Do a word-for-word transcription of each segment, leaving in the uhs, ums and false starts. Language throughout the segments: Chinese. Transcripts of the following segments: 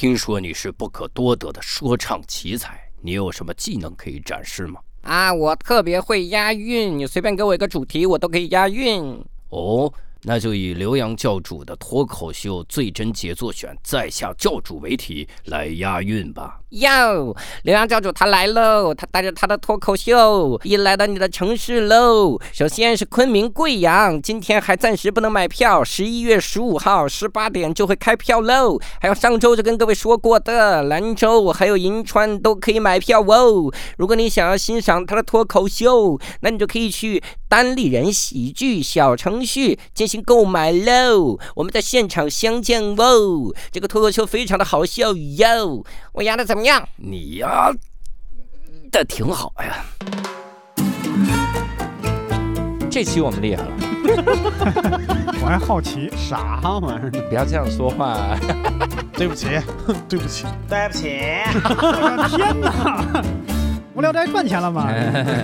听说你是不可多得的说唱奇才，你有什么技能可以展示吗？ 啊，我特别会押韵，你随便给我一个主题，我都可以押韵。 哦，那就以刘洋教主的脱口秀最真杰作选在下教主为题来押韵吧。 哟，刘洋教主他来喽，他带着他的脱口秀一来到你的城市喽。首先是昆明贵阳，今天还暂时不能买票，十一月十五号十八点就会开票喽。还有上周就跟各位说过的兰州还有银川都可以买票哦。如果你想要欣赏他的脱口秀，那你就可以去单立人喜剧小程序进行购买喽。我们在现场相见哦。这个脱口秀非常的好笑哟，我押的怎么样？ 你呀，的挺好呀。 这期我们厉害了。 我还好奇啥玩意儿？ 不要这样说话。 对不起，对不起， 对不起。 我的天哪！无聊斋赚钱了吗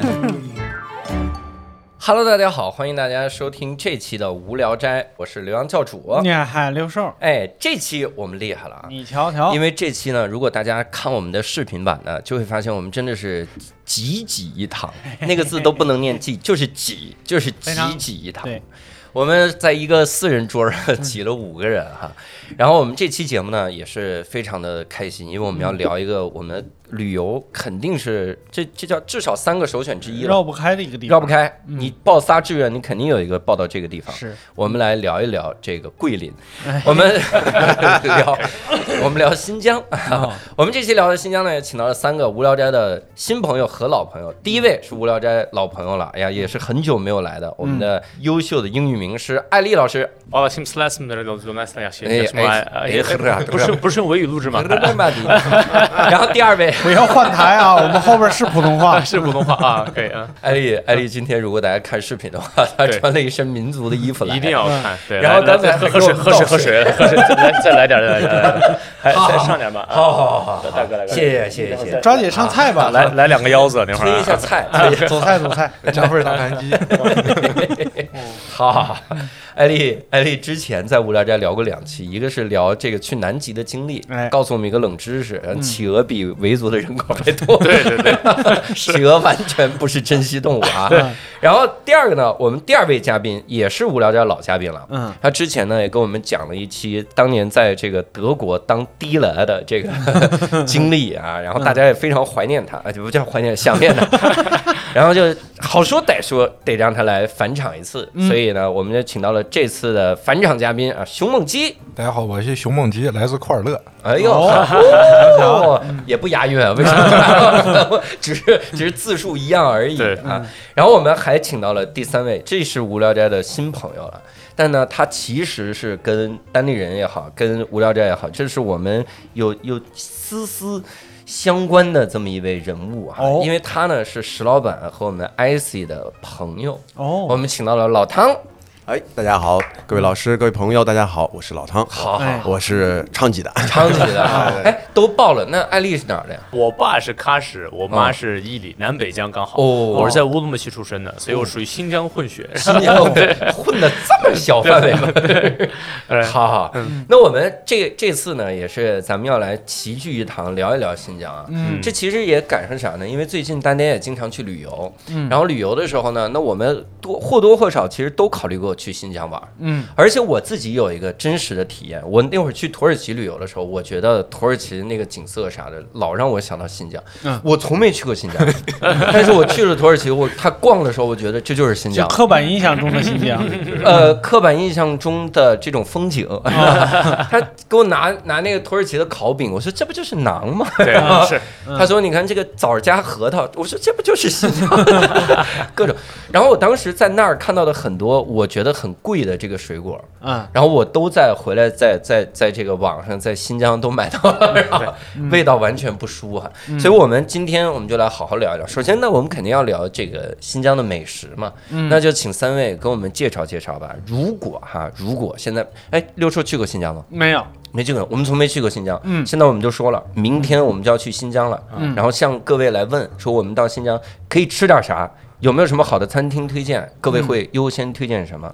？Hello， 大家好，欢迎大家收听这期的无聊斋，我是刘洋教主。 你好，刘寿。 哎，这期我们厉害了啊！ 你瞧瞧， 因为这期呢，如果大家看我们的视频版呢，就会发现我们真的是济济一堂，那个字都不能念济，就是济，就是济济一堂。 对。 我们在一个四人桌上挤了五个人哈，然后我们这期节目呢也是非常的开心，因为我们要聊一个我们旅游肯定是这这叫至少三个首选之一了， 绕不开的一个地方， 绕不开。 嗯、 你报仨志愿，你肯定有一个报到这个地方。 是， 我们来聊一聊这个桂林，我们聊我们聊新疆。哦、我们这期聊的新疆呢，也请到了三个无聊斋的新朋友和老朋友。第一位是无聊斋老朋友了，哎呀，也是很久没有来的，我们的优秀的英语名师艾丽老师。 哦，辛普斯莱斯的老祖那三呀， 哎哎， 不是不是用维语录制吗？ 然后第二位不要换台啊，我们后边是普通话， 是普通话啊，可以啊。 艾丽，艾丽今天如果大家看视频的话，她穿了一身民族的衣服来， 一定要看。对， 然后刚才喝水，喝水，喝水，喝水，来再来点，再来点，还再上点吧。 好好好， 大哥来， 谢谢谢谢谢谢， 抓紧上菜吧， 来来两个腰子，那会儿推一下菜， 走菜走菜， 加份大盘鸡。 好好好，艾丽艾丽之前在无聊斋聊过两期，一个是聊这个去南极的经历，告诉我们一个冷知识，企鹅比维族的人口还多。 对对对， 企鹅完全不是珍稀动物啊。然后第二个呢，我们第二位嘉宾也是无聊斋老嘉宾了。嗯，他之前呢也跟我们讲了一期当年在这个德国当的来的这个经历啊，然后大家也非常怀念他，啊，就不叫怀念，想念他。然后就好说歹说，得让他来返场一次。所以呢，我们就请到了这次的返场嘉宾啊，熊梦基。 大家好，我是熊梦基，来自库尔勒。 哎呦，哦，也不押韵，为什么？只是只是字数一样而已啊。然后我们还请到了第三位，这是无聊斋的新朋友了。但呢，他其实是跟单立人也好，跟无聊斋也好，这是我们有有丝丝相关的这么一位人物哈。哦、因为他呢是石老板和我们 I C 的朋友。哦，我们请到了老汤。 哎，大家好，各位老师，各位朋友，大家好，我是老汤。 好，好， 我是昌吉的， 昌吉的。哎，都报了。那艾丽是哪儿的呀？ 我爸是喀什，我妈是伊犁，南北疆刚好。哦，我是在乌鲁木齐出生的，所以我属于新疆混血。 新疆混的这么小范围吗？好好，那我们这这次呢，也是咱们要来齐聚一堂，聊一聊新疆啊。嗯，这其实也赶上啥呢？因为最近大家也经常去旅游，嗯，然后旅游的时候呢，那我们多或多或少其实都考虑过去新疆玩，嗯，而且我自己有一个真实的体验。我那会儿去土耳其旅游的时候，我觉得土耳其那个景色啥的，老让我想到新疆。嗯，我从没去过新疆，但是我去了土耳其，我他逛的时候，我觉得这就是新疆， 就刻板印象中的新疆。 呃，刻板印象中的这种风景。他给我拿拿那个土耳其的烤饼，我说这不就是馕吗？ 对，是。 他说你看这个枣加核桃，我说这不就是新疆？各种。然后我当时在那儿看到的很多，我觉得很贵的这个水果，嗯，然后我都在回来在在在这个网上在新疆都买到了，然后味道完全不输哈。嗯、所以我们今天我们就来好好聊一聊。首先呢，我们肯定要聊这个新疆的美食嘛，嗯、那就请三位跟我们介绍介绍吧。如果哈，如果现在，哎，六叔去过新疆吗？ 没有。 没去过，我们从没去过新疆。嗯，现在我们就说了，明天我们就要去新疆了。嗯，然后向各位来问说，我们到新疆可以吃点啥？有没有什么好的餐厅推荐？各位会优先推荐什么？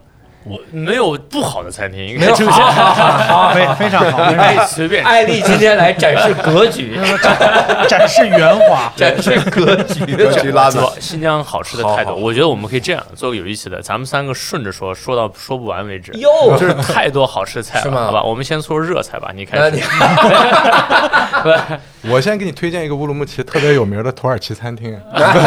我没有不好的餐厅，应没有该这么讲， 好，非非常好， 你可以随便。 艾丽今天来展示格局， 展示圆滑， 展示格局， 格局拉满。 新疆好吃的太多，我觉得我们可以这样做个有意思的，咱们三个顺着说，说到说不完为止。 哟， 就是太多好吃的菜了， 是吗？ 好吧，我们先说热菜吧，你开始。 我先给你推荐一个乌鲁木齐特别有名的土耳其餐厅，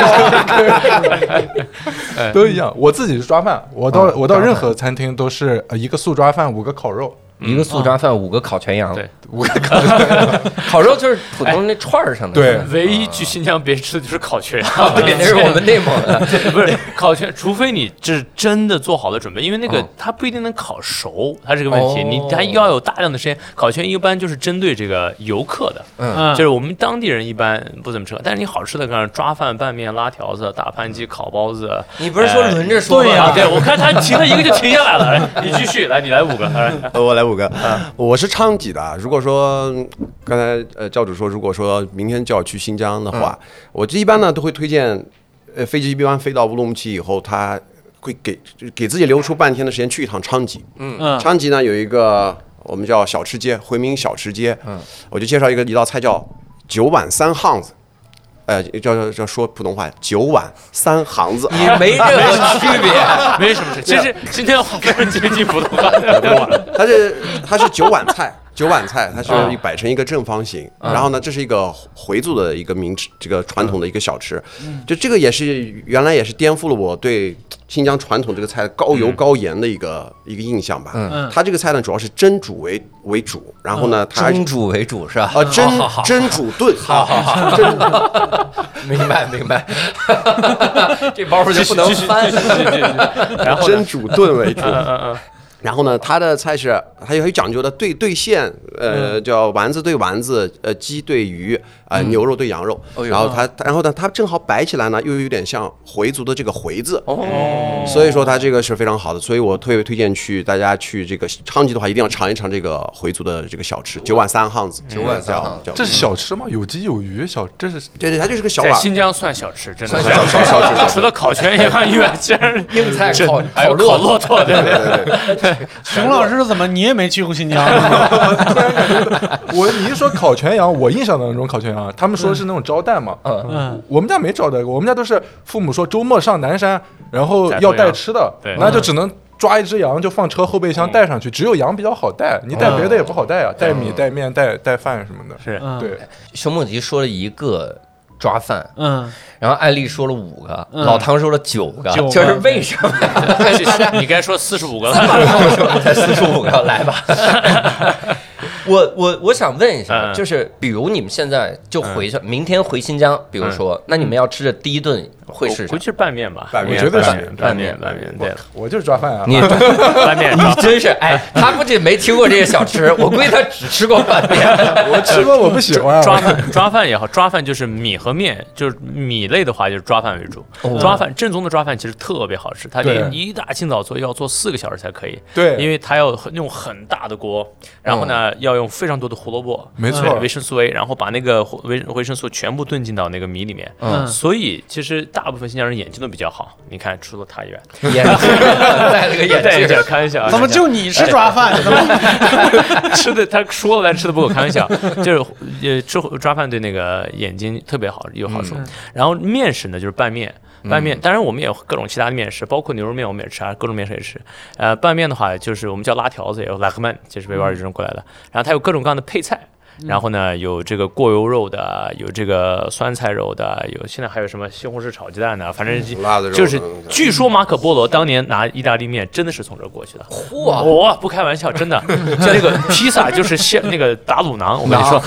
都一样。我自己是抓饭，我到我到任何餐厅都是呃一个素抓饭，五个烤肉。 一个素抓饭，五个烤全羊， 对， 五个烤烤肉就是普通那串儿上的。 对， 唯一去新疆别吃的就是烤全羊， 对，那是我们内蒙的， 不是烤全，除非你这是真的做好了准备，因为那个它不一定能烤熟，它这个问题，你它要有大量的时间。烤全一般就是针对这个游客的， 嗯， 就是我们当地人一般不怎么吃，但是你好吃的，看抓饭、拌面、拉条子、大盘鸡、烤包子， 你不是说轮着说吗？ 对呀，对我看他停了一个就停下来了，你继续来，你来五个， 我来五个，我是昌吉的。如果说刚才呃教主说，如果说明天就要去新疆的话，我这一般呢都会推荐，呃飞机一般飞到乌鲁木齐以后，他会给给自己留出半天的时间去一趟昌吉。嗯，昌吉呢有一个我们叫小吃街，回民小吃街。嗯，我就介绍一个一道菜叫九碗三行子。呃，叫叫叫说普通话，九碗三行子， 你没任何区别， 没什么事。其实今天话非常接近普通话的， 它是它是九碗菜，九碗菜，它是摆成一个正方形。然后呢，这是一个回族的一个名吃，这个传统的一个小吃。就这个也是原来也是颠覆了我对新疆传统这个菜高油高盐的一个一个印象吧。嗯，它这个菜呢主要是蒸煮为为主，然后呢它蒸煮为主是吧？ 呃，蒸蒸煮炖， 好好好，明白明白，这包袱就不能翻， 然后蒸煮炖为主。然后呢，它的菜是还有很讲究的对对馅，呃，叫丸子对丸子，呃，鸡对鱼，呃，牛肉对羊肉。然后它，然后呢，它正好摆起来呢，又有点像回族的这个回字。哦。所以说它这个是非常好的，所以我特别推荐去大家去这个昌吉的话，一定要尝一尝这个回族的这个小吃，九碗三行子。 九碗三行， 这是小吃吗？有鸡有鱼，小这是对对，它就是个小碗。 在新疆算小吃，真的算小吃，小吃。 除了烤全羊以外，竟然硬菜烤还有烤骆驼，对对对对。 熊老师怎么你也没去过新疆？ 我你一说烤全羊，我印象当中烤全羊，他们说是那种招待嘛。嗯嗯，我们家没招待过，我们家都是父母说周末上南山，然后要带吃的，那就只能抓一只羊就放车后备箱带上去，只有羊比较好带，你带别的也不好带啊，带米带面带带饭什么的。 是， 对。 熊梦吉说了一个抓饭， 嗯， 然后艾丽说了五个，老唐说了九个，这是为什么？ 你该说四十五个了， 才四十五个，来吧。我我我想问一下，就是比如你们现在就回去，明天回新疆，比如说，那你们要吃的第一顿会是啥？ 回去拌面吧， 拌面，我觉得是拌面，拌面，对， 我就是抓饭啊。 你拌面， 你真是哎，他不仅没听过这个小吃，我估计他只吃过拌面。 我吃过，我不喜欢。 抓饭，抓饭也好，抓饭就是米和面，就是米类的话就是抓饭为主。抓饭正宗的抓饭其实特别好吃，它得一大清早做，要做四个小时才可以。 对， 因为它要用很大的锅，然后呢要用非常多的胡萝卜， 没错， 维生素 A， 然后把那个维维生素全部炖进到那个米里面。嗯，所以其实大部分新疆人眼睛都比较好。你看，除了他以外， 眼镜戴了个眼镜， 开玩笑。 怎么就你吃抓饭？ 吃的他说了，但吃的不够，开玩笑。就是呃，吃抓饭对那个眼睛特别好，有好处。然后面食呢，就是拌面。拌面，当然我们也有各种其他的面食，包括牛肉面我们也吃啊，各种面食也吃。呃，拌面的话，就是我们叫拉条子，也有拉克曼，就是维吾尔语中过来的。然后它有各种各样的配菜，然后呢有这个过油肉的，有这个酸菜肉的，有现在还有什么西红柿炒鸡蛋的，反正就是据说马可波罗当年拿意大利面真的是从这儿过去的。 嚯！ 我不开玩笑，真的，就那个披萨就是像那个打卤囊，我跟你说。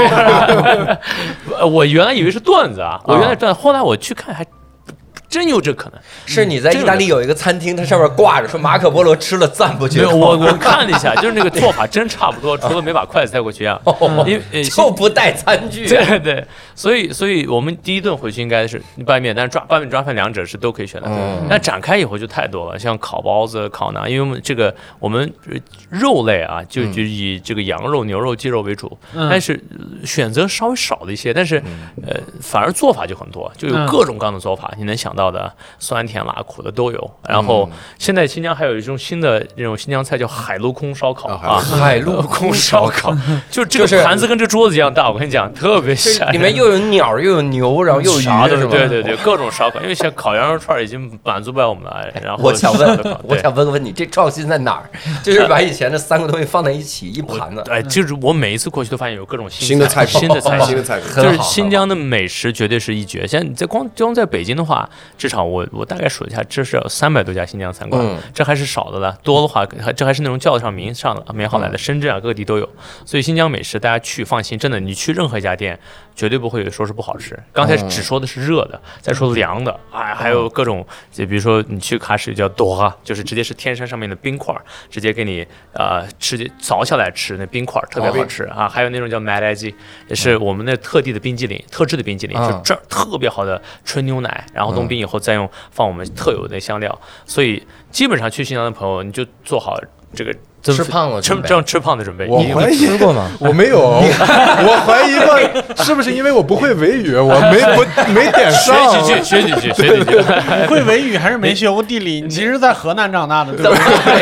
我原来以为是段子啊，我原来段，后来我去看还。真有这可能， 是你在意大利有一个餐厅，它上面挂着说马可波罗吃了赞不绝口。 没有，我我看了一下，就是那个做法真差不多，除了没把筷子带过去啊，因为就不带餐具。 对对，所以所以我们第一顿回去应该是拌面，但是抓拌面抓饭两者是都可以选的。那展开以后就太多了，像烤包子、烤馕，因为我们这个我们肉类啊，就就以这个羊肉、牛肉、鸡肉为主，但是选择稍微少了一些，但是呃反而做法就很多，就有各种各样的做法，你能想到。 到的，酸甜辣苦的都有。然后现在新疆还有一种新的这种新疆菜叫海陆空烧烤啊， 海陆空烧烤， 就这个盘子跟这桌子一样大，我跟你讲，特别吓人。 里面又有鸟又有牛，然后又有鱼，是吧？ 对对对，各种烧烤。因为像烤羊肉串已经满足不了我们了。然后我想问，我想问问你，这创新在哪儿？就是把以前的三个东西放在一起一盘子。 哎，就是我每一次过去都发现有各种新的菜品， 新的菜品，新的菜品， 就是新疆的美食绝对是一绝。现在你在光光在北京的话，至少我我大概数一下，这是有三百多家新疆餐馆， 嗯、 这还是少的了。多的话，这还是那种叫得上名上的名号来的，深圳啊各地都有。所以新疆美食大家去放心，真的，你去任何一家店，绝对不会说是不好吃。刚才只说的是热的，再说凉的，哎，还有各种，就比如说你去喀什叫多哈，就是直接是天山上面的冰块，直接给你呃吃凿下来吃那冰块，特别好吃啊。还有那种叫 Malaji， 也是我们那特地的冰激凌，特制的冰激凌，就这儿特别好的纯牛奶，然后冻冰以后再用放我们特有的香料，所以基本上去新疆的朋友，你就做好这个。 吃胖了， 吃这样吃胖的准备。 我怀疑吃过吗？ 我没有，我怀疑过是不是因为我不会维语，我没不没点上。 学几句，学几句，学几句。 不会维语还是没学过地理？你其实在河南长大的，对不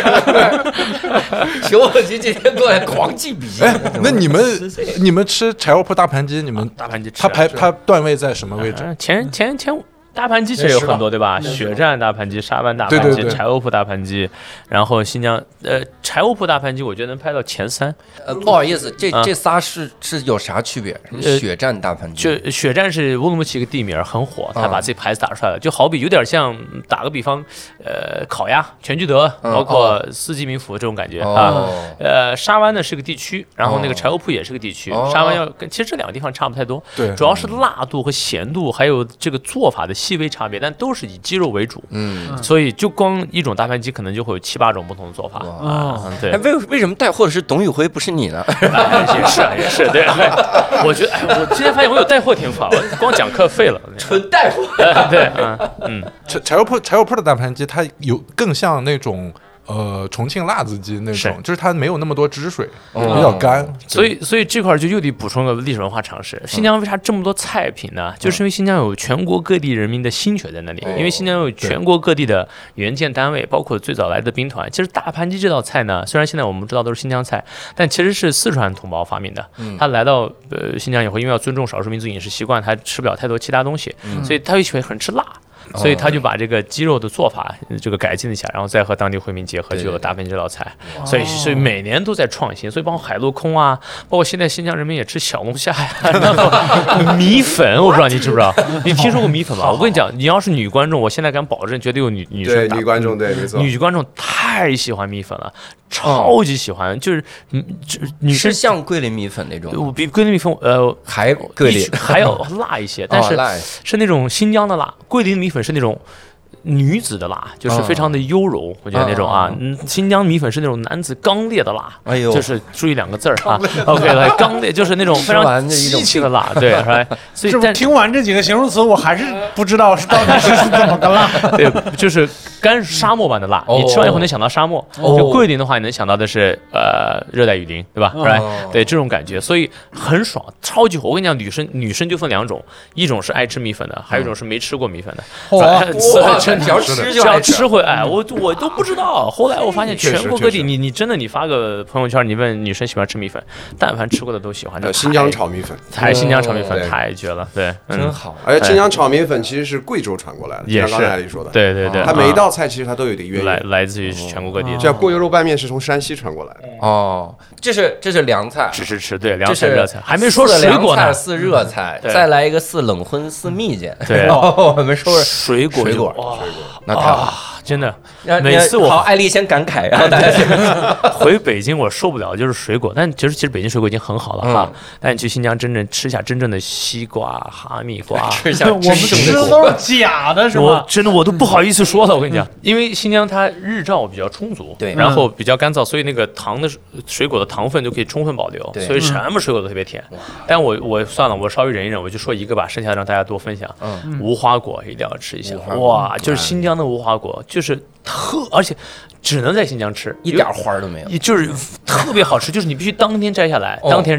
对？ 求我今天过来狂记笔记。 哎，那你们你们吃柴火铺大盘鸡，你们大盘鸡， 它排它段位在什么位置？ 前前前五。大盘鸡其实有很多，对吧？血战大盘鸡、沙湾大盘鸡、柴火铺大盘鸡，然后新疆呃柴火铺大盘鸡，我觉得能排到前三。 呃，不好意思，这这仨是是有啥区别？血战大盘鸡， 就血战是乌鲁木齐一个地名很火，他把这牌子打出来了，就好比有点像打个比方，呃，烤鸭、全聚德，包括四季民福这种感觉啊。呃，沙湾呢是个地区，然后那个柴火铺也是个地区。沙湾要跟其实这两个地方差不太多， 对， 主要是辣度和咸度，还有这个做法的细微差别，但都是以鸡肉为主，嗯，所以就光一种大盘鸡可能就会有七八种不同的做法啊。对， 哎，为为什么带货的是董宇辉不是你呢？ 也是也是，对，我觉得，哎，我今天发现我有带货天赋，我光讲课废了， 纯带货。 对，嗯嗯， 柴柴火铺柴火铺的大盘鸡，它有更像那种。呃，重庆辣子鸡那种，就是它没有那么多汁水，比较干， 所以所以这块就又得补充个历史文化常识。新疆为啥这么多菜品呢？就是因为新疆有全国各地人民的心血在那里，因为新疆有全国各地的援建单位，包括最早来的兵团。其实大盘鸡这道菜呢，虽然现在我们知道都是新疆菜，但其实是四川同胞发明的。他来到呃新疆以后，因为要尊重少数民族饮食习惯，他吃不了太多其他东西，所以他又喜欢很吃辣。所以他就把这个鸡肉的做法这个改进了一下，然后再和当地回民结合，就有大盘鸡这道菜。所以所以每年都在创新，所以包括海陆空啊，包括现在新疆人民也吃小龙虾呀，然后米粉，我不知道你知不知道？你听说过米粉吗？我跟你讲，你要是女观众，我现在敢保证，绝对有女女生对女观众对没错， 女观众太喜欢米粉了。超级喜欢，就是嗯，女生是像桂林米粉那种， 比桂林米粉呃还桂林还要辣一些，但是是那种新疆的辣，桂林米粉是那种。女子的辣就是非常的优柔，我觉得那种啊，嗯，新疆米粉是那种男子刚烈的辣，哎呦，就是注意两个字儿啊 ，OK， 来刚烈就是那种非常激情的辣，对，来，所以听完这几个形容词，我还是不知道是到底是怎么个辣， 对，就是干沙漠般的辣，你吃完以后能想到沙漠，就桂林的话，你能想到的是呃热带雨林，对吧？来，对这种感觉，所以很爽，超级火。我跟你讲，女生女生就分两种，一种是爱吃米粉的，还有一种是没吃过米粉的。 只要吃就要吃回来，我我都不知道。后来我发现全国各地，你你真的你发个朋友圈，你问女生喜欢吃米粉，但凡吃过的都喜欢。 新疆炒米粉， 太新疆炒米粉太绝了，对， 真好。 而且新疆炒米粉其实是贵州传过来的， 也是刚才你说的， 对对对。 它每一道菜其实它都有点渊源， 来来自于全国各地。 像过油肉拌面是从山西传过来的。 哦，这是这是凉菜， 只是吃对凉菜热菜，还没说水果呢。 四热菜，再来一个四冷荤四蜜饯。 对， 我们说水果水果， 哇， 那太好。 真的，每次我好，艾丽先感慨，然后大家回北京我受不了就是水果，但其实其实北京水果已经很好了哈。但你去新疆真正吃下真正的西瓜、哈密瓜， 吃下我们吃的都是假的，是吧？ 我真的我都不好意思说了，我跟你讲，因为新疆它日照比较充足， 对， 然后比较干燥，所以那个糖的水果的糖分就可以充分保留，所以什么水果都特别甜。但我我算了，我稍微忍一忍，我就说一个吧，剩下的让大家多分享。嗯，无花果一定要吃一下，哇，就是新疆的无花果，就是特。而且只能在新疆吃， 一点花都没有， 就是特别好吃，就是你必须当天摘下来，当天吃。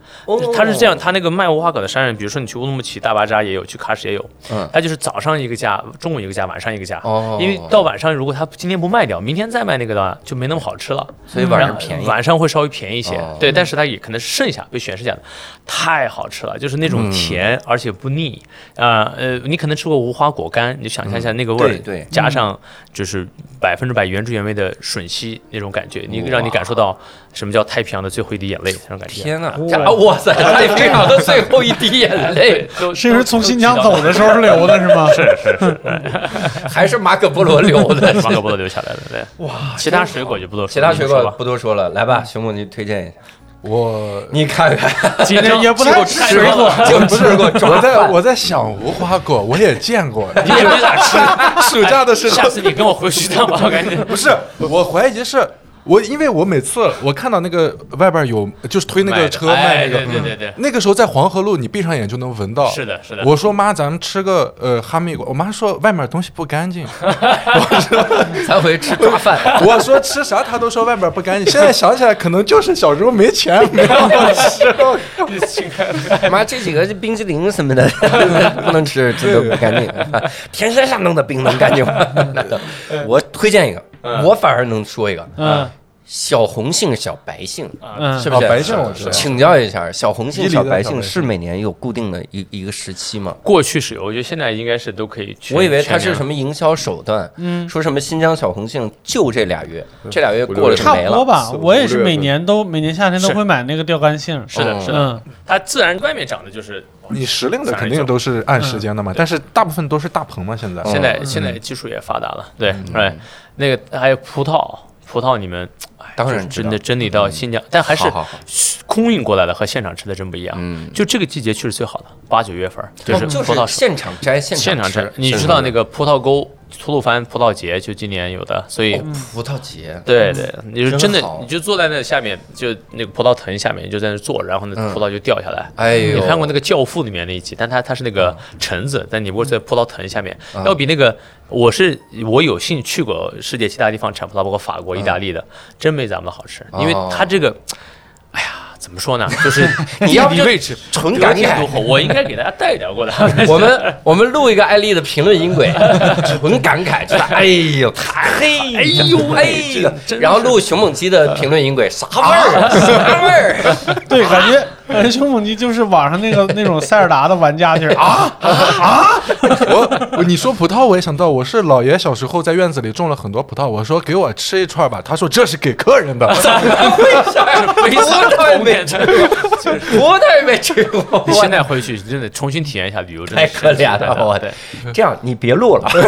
它是这样，它那个卖无花果的商人，比如说你去乌鲁木齐、大巴扎也有，去喀什也有，嗯，它就是早上一个价，中午一个价，晚上一个价。哦，因为到晚上如果他今天不卖掉，明天再卖那个的话就没那么好吃了， 所以晚上便宜， 晚上会稍微便宜一些。对，但是它也可能是剩下被选剩下的，太好吃了，就是那种甜而且不腻啊。呃，你可能吃过无花果干，你就想象一下那个味儿， 对， 加上就是百分之百原汁原味的吮吸那种感觉，你让你感受到什么叫太平洋的最后一滴眼泪那种感觉。 天哪！哇塞，太平洋的最后一滴眼泪， 是不是从新疆走的时候流的是吗？ 是是是， 还是马可波罗流的， 马可波罗留下来的。对，哇，其他水果就不多说， 其他水果不多说了，来吧，熊猛，你推荐一下。 我你看看， 今天也不太吃过， 就吃过。 我在我在想无花果，我也见过， 你也没咋吃。 暑假的时候， 下次你跟我回去一趟吧，赶紧。 不是，我怀疑是。我因为我每次我看到那个外边有就是推那个车卖那个， 对对对对， 那个时候在黄河路，你闭上眼就能闻到。 是的，是的。 我说妈，咱们吃个呃哈密瓜，我妈说外面东西不干净。我说才回吃抓饭。 我说吃啥她都说外面不干净。现在想起来，可能就是小时候没钱没让我吃。妈，这几个冰淇淋什么的不能吃，这都不干净。天山上弄的冰能干净吗？我推荐一个。我反而能说一个，嗯，小红杏、小白杏，嗯，是不是？ 白杏我知道。 请教一下，小红杏、小白杏是每年有固定的一一个时期吗？ 过去是有，我觉得现在应该是都可以。 我以为它是什么营销手段，嗯，说什么新疆小红杏就这俩月，这俩月过了就没了。 差不多吧，我也是每年都每年夏天都会买那个钓竿杏。 是的，是的，它自然外面长的就是。 你时令的肯定都是按时间的嘛，但是大部分都是大棚嘛。现在现在现在技术也发达了，对对，那个还有葡萄，葡萄你们当然真的真的到新疆，但还是空运过来的和现场吃的真不一样。嗯，就这个季节去是最好的，八九月份就是葡萄现场摘，现场吃。你知道那个葡萄沟？吐鲁番葡萄节就今年有的，所以、 哦、葡萄节， 对对，你就真的，你就坐在那下面，就那个葡萄藤下面，你就在那坐，然后那葡萄就掉下来。 哎呦， 你看过那个《教父》里面那一集，但它它是那个橙子，但你不是在葡萄藤下面，嗯、要比那个我是我有幸去过世界其他地方产葡萄，包括法国、意大利的，嗯、真没咱们的好吃，因为它这个，哎呀。怎么说呢？就是你要地理位置纯感慨， 我应该给大家带点过的。 我们我们录一个艾丽的评论音轨，纯感慨，就是哎呦太哎呦哎呦，然后录熊猛鸡的评论音轨，啥味儿？啥味儿？ 对，感觉感觉熊猛鸡就是网上那个那种塞尔达的玩家去啊啊！ 我你说葡萄，我也想到，我是姥爷小时候在院子里种了很多葡萄，我说给我吃一串吧，他说这是给客人的。 为啥？没太没吃过，我太没吃过。 你现在回去真的重新体验一下旅游，真的太可怜了，我的。这样你别录了。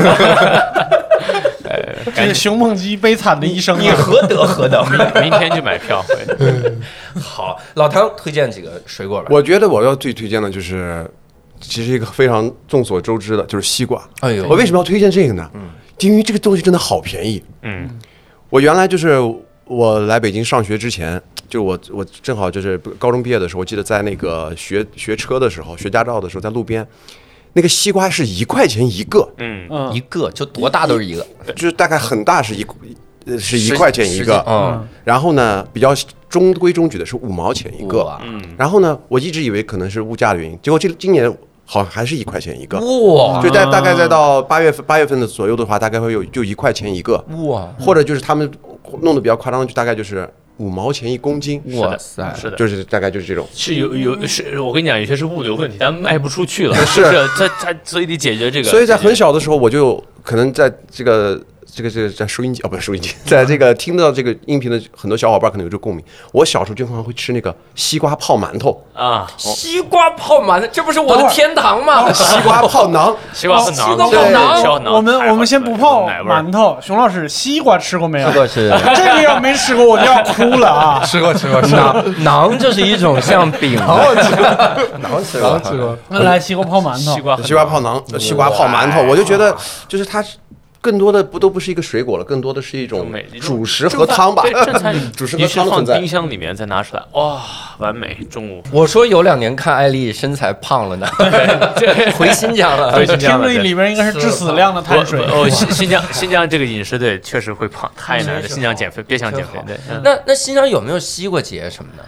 这是熊猛鸡悲惨的一生， 你何德何能？ 明明天就买票回。 好，老汤推荐几个水果吧。 我觉得我要最推荐的就是，其实一个非常众所周知的，就是西瓜。哎呦，我为什么要推荐这个呢？嗯，因为这个东西真的好便宜。嗯，我原来就是我来北京上学之前。就我我正好就是高中毕业的时候，我记得在那个学学车的时候，学驾照的时候，在路边，那个西瓜是一块钱一个， 嗯，一个就多大都是一个， 就是大概很大是一是一块钱一个，嗯，然后呢比较中规中矩的是五毛钱一个，嗯，然后呢我一直以为可能是物价的原因，结果这今年好像还是一块钱一个，哇，就在大概再到八月份八月份的左右的话，大概会有就一块钱一个，哇，或者就是他们弄得比较夸张，就大概就是。五毛钱一公斤， 哇塞，是的， 就是大概就是这种。 是有有是，我跟你讲，有些是物流问题，咱卖不出去了，是这它所以得解决这个。 所以在很小的时候，我就可能在这个这个这个在收音机哦，不是收音机，在这个听到这个音频的很多小伙伴可能有这个共鸣。我小时候经常会吃那个西瓜泡馒头啊，西瓜泡馒头，这不是我的天堂吗？ 西瓜泡馕， 西瓜泡馕， 西瓜泡馕。 我们我们先不泡馒头，熊老师，西瓜吃过没有？ 吃过吃。 这个要没吃过，我就要哭了啊！ 吃过吃过。 馕馕就是一种像饼， 馕吃过， 馕吃过吃过。 那来西瓜泡馒头， 西瓜西瓜泡馕，西瓜泡馒头，我就觉得就是它。更多的不都不是一个水果了，更多的是一种主食和汤吧。主食和汤的存在。 冰箱里面再拿出来，哇，完美！中午我说有两年看艾丽身材胖了呢，回新疆了。 回新疆了。 听着里边应该是致死量的碳水。 哦，新新疆新疆这个饮食对确实会胖，太难了。新疆减肥，别想减肥。对。 那那新疆有没有西瓜节什么的？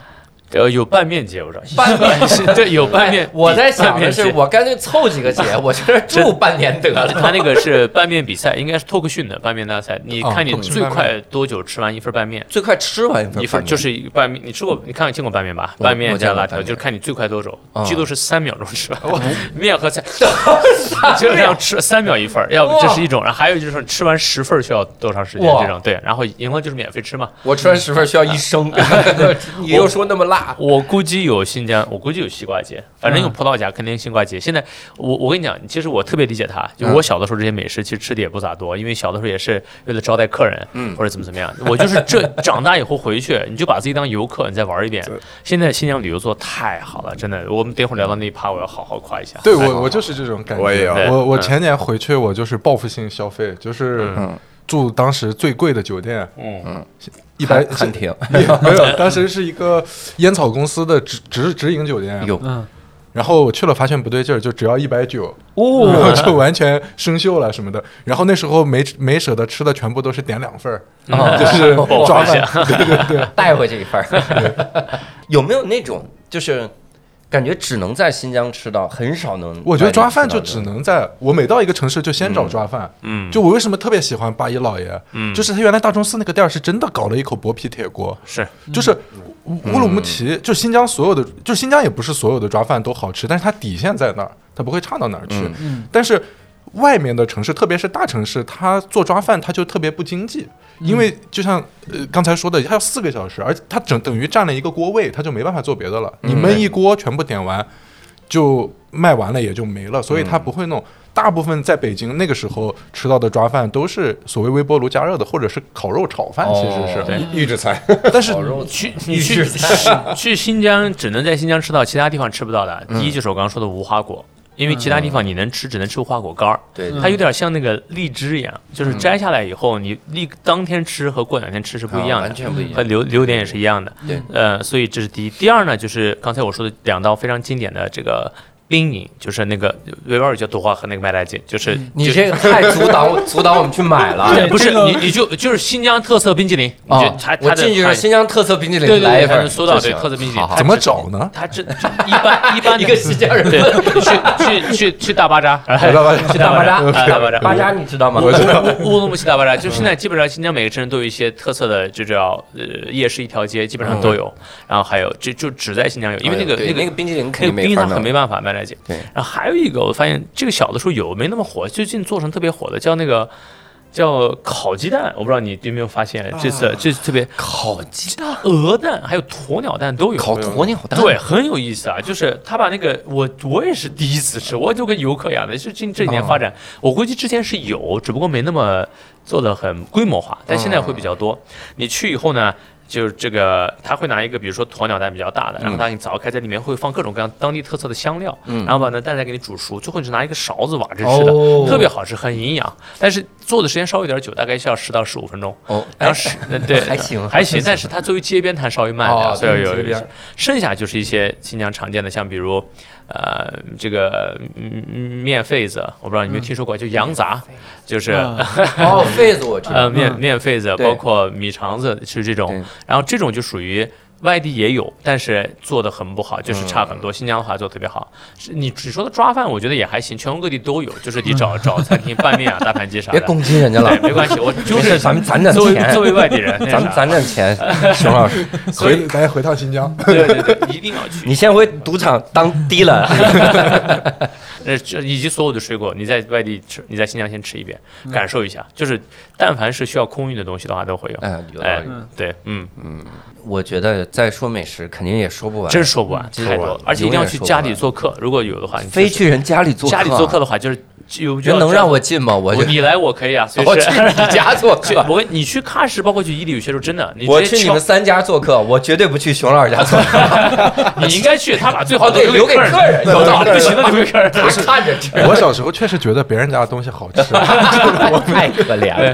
呃，有拌面节，我知道。 拌面对，有拌面。 我在想的是，我干脆凑几个节，我去那住半年得了。 他那个是拌面比赛，应该是托克逊的拌面大赛。你看你最快多久吃完一份拌面？ 最快吃完一份一份就是一个拌面。你吃过？你看见过拌面吧？拌面加辣条，就是看你最快多久。记录是三秒钟吃完。面和菜基本上吃三秒一份，要不这是一种。然后还有就是吃完十份需要多长时间？这种对。然后赢了就是免费吃嘛。 我吃完十份需要一升。你又说那么辣， 我估计有新疆，我估计有西瓜节，反正有葡萄牙，肯定西瓜节。现在我我跟你讲，其实我特别理解他，就我小的时候这些美食其实吃的也不咋多，因为小的时候也是为了招待客人，嗯，或者怎么怎么样。我就是这长大以后回去，你就把自己当游客，你再玩一遍。现在新疆旅游做太好了，真的。我们等会儿聊到那一趴，我要好好夸一下。 对我我就是这种感觉。 我也有。 我我前年回去，我就是报复性消费，就是住当时最贵的酒店，嗯嗯。一百汉庭没有，当时是一个烟草公司的直直直营酒店， 有， 然后我去了发现不对劲儿，就只要一百九，哦，然后就完全生锈了什么的。然后那时候没没舍得吃的全部都是点两份儿， 哦、 就是抓饭，对对对， 带回去一份儿。有没有那种就是感觉只能在新疆吃到，很少能？ 我觉得抓饭就只能在我每到一个城市就先找抓饭。嗯，就我为什么特别喜欢八一老爷？嗯，就是他原来大钟寺那个店是真的搞了一口薄皮铁锅， 是， 就是乌鲁木齐，就新疆所有的，就新疆也不是所有的抓饭都好吃，但是它底线在那儿，它不会差到哪儿去。嗯，但是外面的城市，特别是大城市，它做抓饭它就特别不经济。因为就像呃刚才说的，它要四个小时，而它整等于占了一个锅位，它就没办法做别的了。你焖一锅全部点完，就卖完了也就没了，所以它不会弄。大部分在北京那个时候吃到的抓饭都是所谓微波炉加热的，或者是烤肉炒饭，其实是预制菜。 但是去你去去新疆只能在新疆吃到，其他地方吃不到的。第一就是我刚刚说的无花果。因为其他地方你能吃，只能吃无花果干儿， 对， 它有点像那个荔枝一样，就是摘下来以后，你立当天吃和过两天吃是不一样的， 完全不一样， 和榴榴莲也是一样的， 对， 呃，所以这是第一。第二呢，就是刚才我说的两道非常经典的这个冰饮，就是那个维吾尔语叫朵花和那个麦来吉，就是你这个太阻挡阻挡我们去买了， 不是你你就就是新疆特色冰淇淋， 啊，我进去是新疆特色冰淇淋， 对对对， 来一份搜到对特色冰淇淋， 怎么找呢？ 他这一般一般一个新疆人， 对，去去去去大巴扎， 去大巴扎，大巴扎，巴扎你知道吗？ 我知道，乌鲁木齐大巴扎，就现在基本上新疆每个城市都有一些特色的，就叫呃夜市一条街，基本上都有，然后还有就就只在新疆有，因为那个那个那个冰淇淋肯定冰淇淋很没办法麦来吉， 对， 然后还有一个我发现这个小的时候有没那么火，最近做成特别火的叫那个叫烤鸡蛋，我不知道你有没有发现，这次这次特别烤鸡蛋、 鹅蛋还有鸵鸟蛋都有， 烤鸵鸟蛋， 对，很有意思啊。就是他把那个我我也是第一次吃，我就跟游客一样的，是近这几年发展，我估计之前是有，只不过没那么做的很规模化，但现在会比较多。你去以后呢？就是这个，他会拿一个，比如说鸵鸟蛋比较大的，然后他给你凿开，在里面会放各种各样当地特色的香料，嗯、然后把那蛋再给你煮熟，最后你是拿一个勺子挖着吃的，哦、特别好吃，很营养。但是做的时间稍微有点久，大概需要十到十五分钟。哦，然后是，对， 还行还行，但是它作为街边摊稍微慢一点，所以有有。剩下就是一些新疆常见的，像比如。呃，这个面痱子，我不知道你有没有听说过，就羊杂，就是哦，痱子我知道， 呃，面面痱子，包括米肠子是这种，然后这种就属于。外地也有，但是做的很不好，就是差很多。新疆的话做的特别好。你只说的抓饭，我觉得也还行，全国各地都有。就是你找找餐厅拌面啊、大盘鸡啥的。 别攻击人家了， 没关系，我就是咱们攒点钱。作为外地人， 咱咱挣钱，熊老师， 回咱回趟新疆。 对对对，一定要去。 你先回赌场当低了。 呃，以及所有的水果，你在外地吃，你在新疆先吃一遍，感受一下。就是但凡是需要空运的东西的话，都会有。 哎，有道理。 对，嗯嗯。我觉得再说美食肯定也说不完， 真说不完，太多了，而且一定要去家里做客。如果有的话，你非去人家里做客， 家里做客的话，就是有人能让我进吗？我你来我可以啊， 我去你家做客。 我你去喀什，包括去伊犁，有些时候真的， 我去你们三家做客，我绝对不去熊老师家做客。 你应该去，他把最好的留给客人， 有道理，不行的留给客人， 他看着吃。 我小时候确实觉得别人家的东西好吃， 我太可怜了。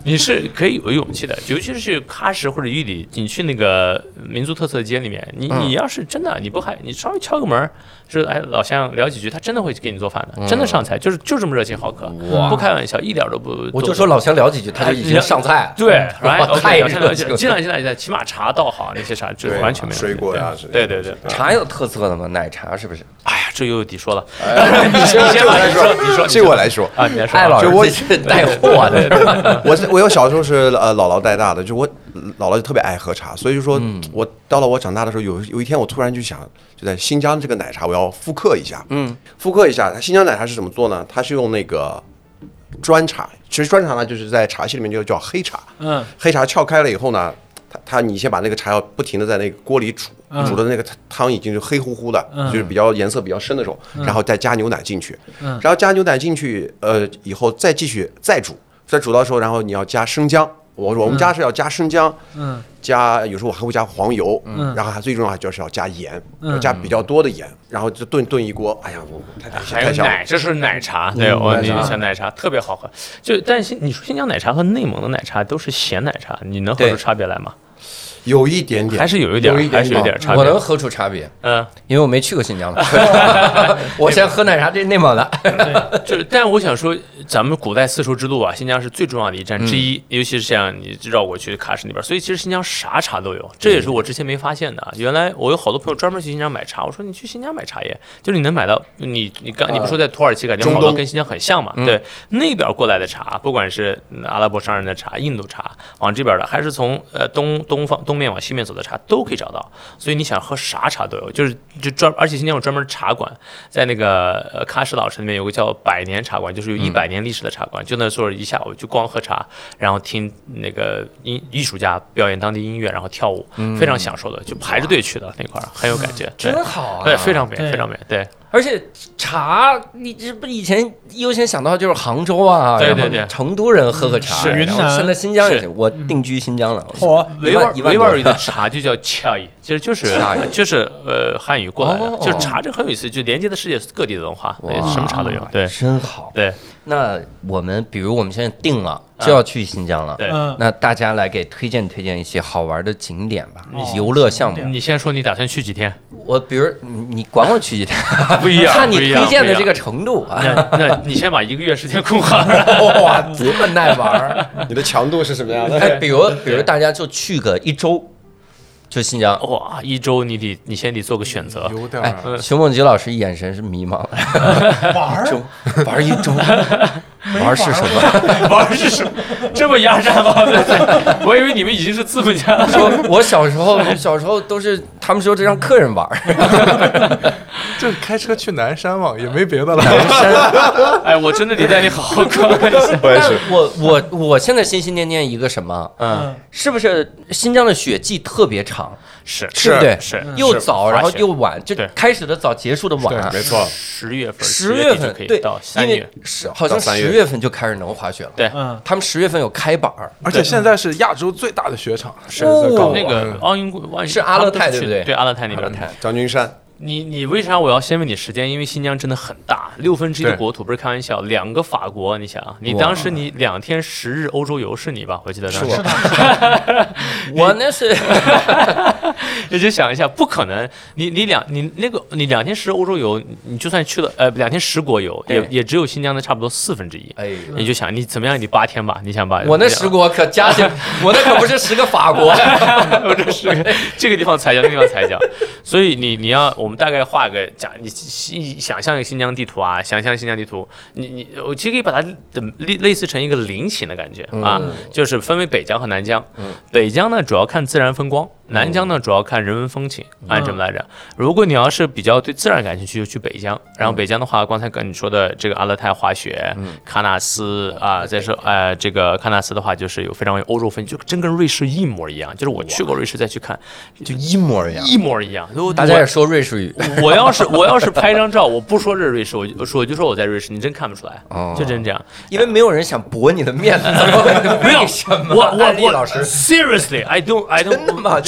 你是可以有勇气的，尤其是去喀什或者玉里，你去那个民族特色街里面，你你要是真的你不害，你稍微敲个门，说哎老乡聊几句，他真的会给你做饭的，真的上菜，就是就这么热情好客，不开玩笑，一点都不。 我就说老乡聊几句，他就已经上菜了。 对， 太热情，进来进来进来，起码茶倒好，那些啥就完全没有。 水果呀， 对对对， 茶有特色的吗？奶茶是不是？ 哎呀，这又得说了，你先把它说，你说这我来说啊，你来说。 艾老师我是带货的， 我是我有小时候是呃姥姥带大的，就我姥姥就特别爱喝茶，所以就说我到了我长大的时候，有有一天我突然就想，就在新疆这个奶茶我要复刻一下，嗯，复刻一下。新疆奶茶是怎么做呢？它是用那个砖茶，其实砖茶呢就是在茶系里面就叫黑茶，嗯，黑茶撬开了以后呢，它它你先把那个茶要不停的在那个锅里煮。煮的那个汤已经是黑乎乎的，嗯、就是比较颜色比较深的时候，嗯、然后再加牛奶进去，嗯、然后加牛奶进去，呃，以后再继续再煮，再煮到时候，然后你要加生姜，我我们家是要加生姜，嗯，加有时候我还会加黄油，嗯，然后还最重要就是要加盐，嗯、要加比较多的盐，然后就炖炖一锅，哎呀，我太太还有奶，这是奶茶，对，我你像奶茶特别好喝，就但是你说新疆奶茶和内蒙的奶茶都是咸奶茶，你能喝出差别来吗？ 有一点点， 还是有一点，还是有点差别。 我能喝出差别， 嗯， 因为我没去过新疆嘛。我先喝奶茶，这内蒙的。 就是，但我想说，咱们古代丝绸之路啊，新疆是最重要的一站之一，尤其是像你绕过去喀什那边，所以其实新疆啥茶都有，这也是我之前没发现的。原来我有好多朋友专门去新疆买茶，我说你去新疆买茶叶，就是你能买到，你你刚你不说在土耳其感觉好多跟新疆很像嘛？对，那边过来的茶，不管是阿拉伯商人的茶、印度茶，往这边的，还是从呃东东方东。东面往西面走的茶都可以找到，所以你想喝啥茶都有，就是就专，而且新疆有专门茶馆，在那个呃喀什老城里面有个叫百年茶馆，就是有一百年历史的茶馆，嗯、就那坐一下午就光喝茶，然后听那个音艺术家表演当地音乐，然后跳舞，嗯、非常享受的，就排着队去的那块儿，很有感觉， 真好啊， 对，非常美，非常美，对。 而且茶，你这不以前优先想到就是杭州啊， 对对对， 成都人喝喝茶， 云南， 现在新疆也行，我定居新疆了。 嚯， 维吾尔维吾尔语的茶就叫恰伊，其实就是就是呃汉语过来的，就是茶这很有意思，就连接的世界各地的文化，什么茶都有，对， 真好。 对， 那我们比如我们现在定了就要去新疆了， 对， 那大家来给推荐推荐一些好玩的景点吧，游乐项目。 你先说你打算去几天？ 我比如你管我去几天， 不一样， 看你推荐的这个程度啊。 那那你先把一个月时间空好。 哇，这么耐玩， 你的强度是什么样的？ 哎，比如比如大家就去个一周。就新疆哇，一周你得你先得做个选择。 有点哎，熊梦吉老师眼神是迷茫。 玩儿玩一周，玩是什么？ 玩是什么？这么压榨吗？我以为你们已经是资本家了。 说我小时候小时候都是他们说这让客人玩。 就开车去南山嘛，也没别的了。 南山， 哎，我真的得带你好好逛一下。 我也是。我我我现在心心念念一个什么？嗯，是不是新疆的雪季特别长？ 是， 是不对？ 是， 又早，然后又晚，就开始的早，结束的晚。 没错， 十月份， 十月份可以到三月， 是好像十月份就开始能滑雪了。 对， 他们十月份有开板， 而且现在是亚洲最大的雪场， 是那个奥运会是阿勒泰，对不对？ 对，阿勒泰那边， 将军山。 你你为啥我要先问你时间？因为新疆真的很大，六分之一的国土，不是开玩笑，两个法国，你想，你当时你两天十日欧洲游是你吧？我记得当时， 我那是， 你就想一下，不可能，你你两你那个你两天十欧洲游，你就算去了呃两天十国游，也也只有新疆的差不多四分之一。哎，你就想你怎么样？你八天吧，你想把我那十国可加起来，我那可不是十个法国， 我这十个这个地方才叫，那个地方才叫，所以你你要。我们大概画个讲，你想象一个新疆地图啊，想象新疆地图，你你我其实可以把它类类似成一个菱形的感觉啊，嗯、就是分为北疆和南疆。嗯、北疆呢主要看自然风光，南疆呢主要看人文风情，按这么来着。如果你要是比较对自然感兴趣，就去北疆。然后北疆的话，刚才跟你说的这个阿勒泰滑雪，嗯、喀纳斯啊，再说呃这个喀纳斯的话，就是有非常有欧洲风，就真跟瑞士一模一样。就是我去过瑞士再去看， 就一模一样， 一模一样。 大家也说瑞士。 我要是我要是拍张照，我不说这瑞士，我就说我就说我在瑞士，你真看不出来，哦、就真这样， 因为没有人想驳你的面子。 没有什么？ 我我我老师 ，seriously，I don't I don't 真的吗？ 真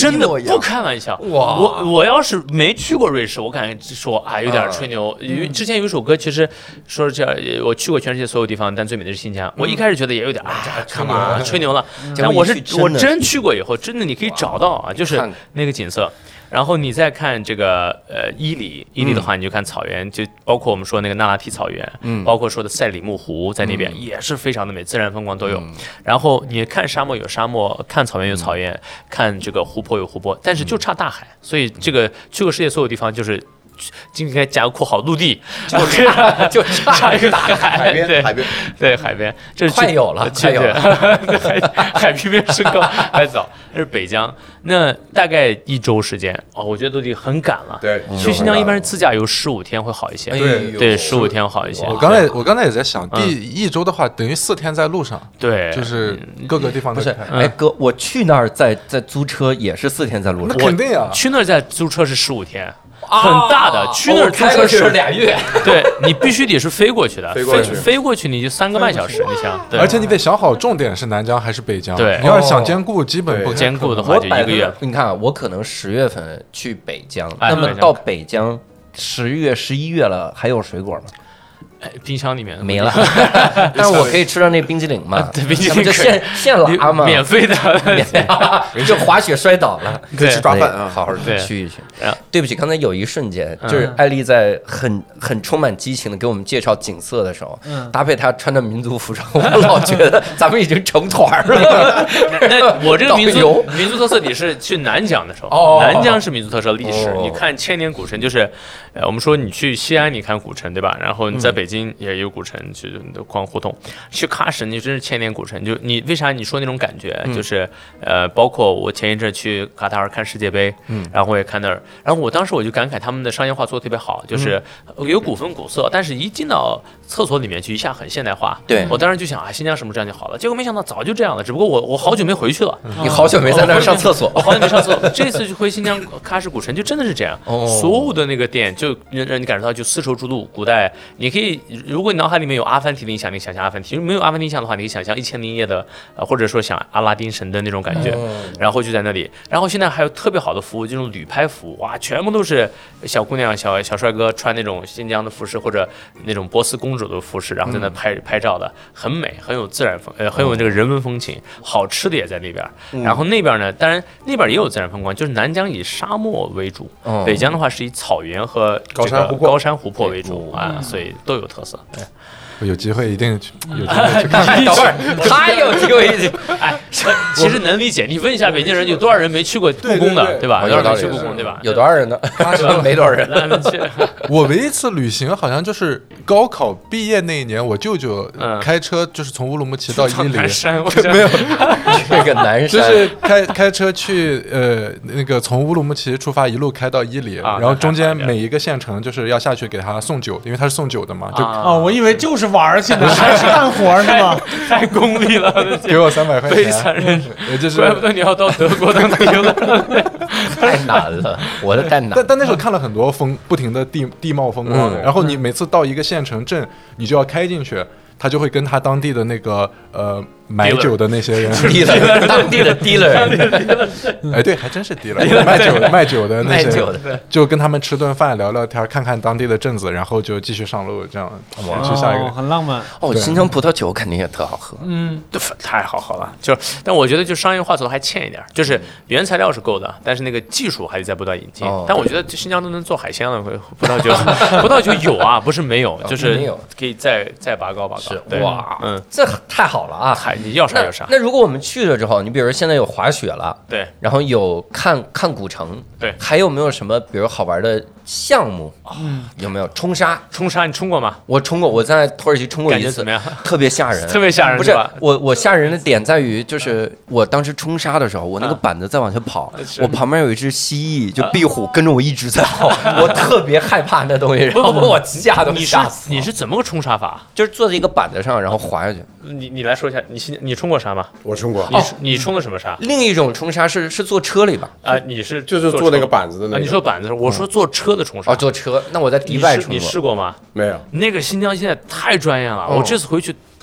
真的不开玩笑。哇！我我要是没去过瑞士，我感觉说啊有点吹牛。因为之前有一首歌，其实说这我去过全世界所有地方，但最美的是新疆。我一开始觉得也有点啊吹牛吹牛了，但我是我真去过以后，真的你可以找到啊，就是那个景色。然后你再看这个呃伊犁，伊犁的话你就看草原，就包括我们说那个那拉提草原，嗯，包括说的赛里木湖在那边也是非常的美，自然风光都有。然后你看沙漠有沙漠，看草原有草原，看这个湖泊有湖泊，但是就差大海。所以这个去过世界所有地方就是。今天加个括号，陆地就差就差一个大海， 海边， 对海边， 对海边，这快有了，快有了， 海海平面升高还早，那是北疆，那大概一周时间哦，我觉得都已经很赶了。 对， 去新疆一般是自驾游十五天会好一些， 对对，十五天会好一些。 我刚才我刚才也在想，第一周的话等于四天在路上， 对， 就是各个地方不是，哎哥，我去那儿再再租车也是四天在路上， 那肯定啊， 去那儿再租车是十五天。很大的，去那儿租车是俩月， 对你必须得是飞过去的， 飞过去， 飞过去你就三个半小时，你想， 而且你得想好重点是南疆还是北疆， 对， 你要是想兼顾，基本不兼顾的话就一个月。 你看，我可能十月份去北疆，那么到北疆十月、十一月了，还有水果吗？ 冰箱里面没了，但是我可以吃到那冰激凌嘛？ 对，冰激凌就现现拉嘛， 免费的， 免费，就滑雪摔倒了， 可以去抓饭啊， 好好去一去。对不起，刚才有一瞬间，就是艾丽在很很充满激情的给我们介绍景色的时候，搭配她穿的民族服装，我老觉得咱们已经成团了。 那我这个民族民族特色，你是去南疆的时候，南疆是民族特色历史，你看千年古城，就是呃，我们说你去西安，你看古城对吧？然后你在北京。也有古城，去逛胡同。去喀什，你真是千年古城。就你为啥你说那种感觉？嗯、就是呃，包括我前一阵去卡塔尔看世界杯，嗯，然后我也看那儿，然后我当时我就感慨他们的商业化做得特别好，就是有古风古色，但是一进到厕所里面去，一下很现代化。 对， 我当时就想啊，新疆什么这样就好了，结果没想到早就这样了。只不过我我好久没回去了。 嗯、你好久没在那儿上厕所， 我好久没上厕所。这次去回新疆喀什古城，就真的是这样，哦、所有的那个店就让让你感受到就丝绸之路，古代你可以。如果你脑海里面有阿凡提的印象，你想象阿凡提；如果没有阿凡提印象的话，你可以想象一千零一夜的，呃，或者说想阿拉丁神灯那种感觉。然后就在那里，然后现在还有特别好的服务，这种旅拍服务，哇，全部都是小姑娘、小小帅哥穿那种新疆的服饰或者那种波斯公主的服饰，然后在那拍拍照的，很美，很有自然风，呃，很有这个人文风情。好吃的也在那边。然后那边呢，当然那边也有自然风光，就是南疆以沙漠为主，北疆的话是以草原和这个高山湖泊为主啊，所以都有特色。对。 有机会一定去，有机会去看看。 等会儿他有机会一起， 哎，其实能理解。你问一下北京人，有多少人没去过故宫的，对吧？有多少人没去故宫，对吧？ 有多少人呢？没多少人。 我唯一一次旅行好像就是高考毕业那一年，我舅舅开车就是从乌鲁木齐到伊犁，没有这个南山， 就是开开车去呃那个从乌鲁木齐出发，一路开到伊犁，然后中间每一个县城就是要下去给他送酒，因为他是送酒的嘛。就哦，我以为就是。玩去呢，还是干活是吧？ 太功利了， 给我三百块钱， 悲惨人生， 就是怪不得你要到德国当兵了， 太难了，我的太难。 但但那时候看了很多风，不停的地地貌风光，然后你每次到一个县城镇，你就要开进去，他就会跟他当地的那个呃。买酒的那些人， 当地的 dealer， 哎，对，还真是 dealer， 卖酒卖酒的那些，就跟他们吃顿饭，聊聊天，看看当地的镇子，然后就继续上路，这样去下一个， 很浪漫。 哦，新疆葡萄酒肯定也特好喝， 嗯，太好喝了。就，但我觉得就商业化做的还欠一点，就是原材料是够的，但是那个技术还得在不断引进。但我觉得新疆都能做海鲜了，葡萄酒，葡萄酒有啊，不是没有，就是可以再再拔高拔高。 是哇，嗯，这太好了啊！ 你要啥有啥。 那如果我们去了之后，你比如现在有滑雪了， 对， 然后有看看古城， 对， 还有没有什么比如好玩的项目？嗯，有没有冲沙？ 冲沙你冲过吗？ 我冲过，我在土耳其冲过一次， 感觉怎么样？ 特别吓人， 特别吓人， 不是我我吓人的点在于，就是我当时冲沙的时候，我那个板子在往下跑，我旁边有一只蜥蜴，就壁虎跟着我一直在跑，我特别害怕那东西，然后我吓都吓死。 你是怎么个冲沙法？ 就是坐在一个板子上，然后滑下去。 你你来说一下，你你冲过沙吗？ 我冲过。 你你冲的什么沙？ 另一种冲沙是是坐车里吧？ 啊，你是就是坐那个板子的那个。 你说板子，我说坐车的冲沙。 哦，坐车。那我在迪拜冲过。 你试过吗？ 没有。 那个新疆现在太专业了，我这次回去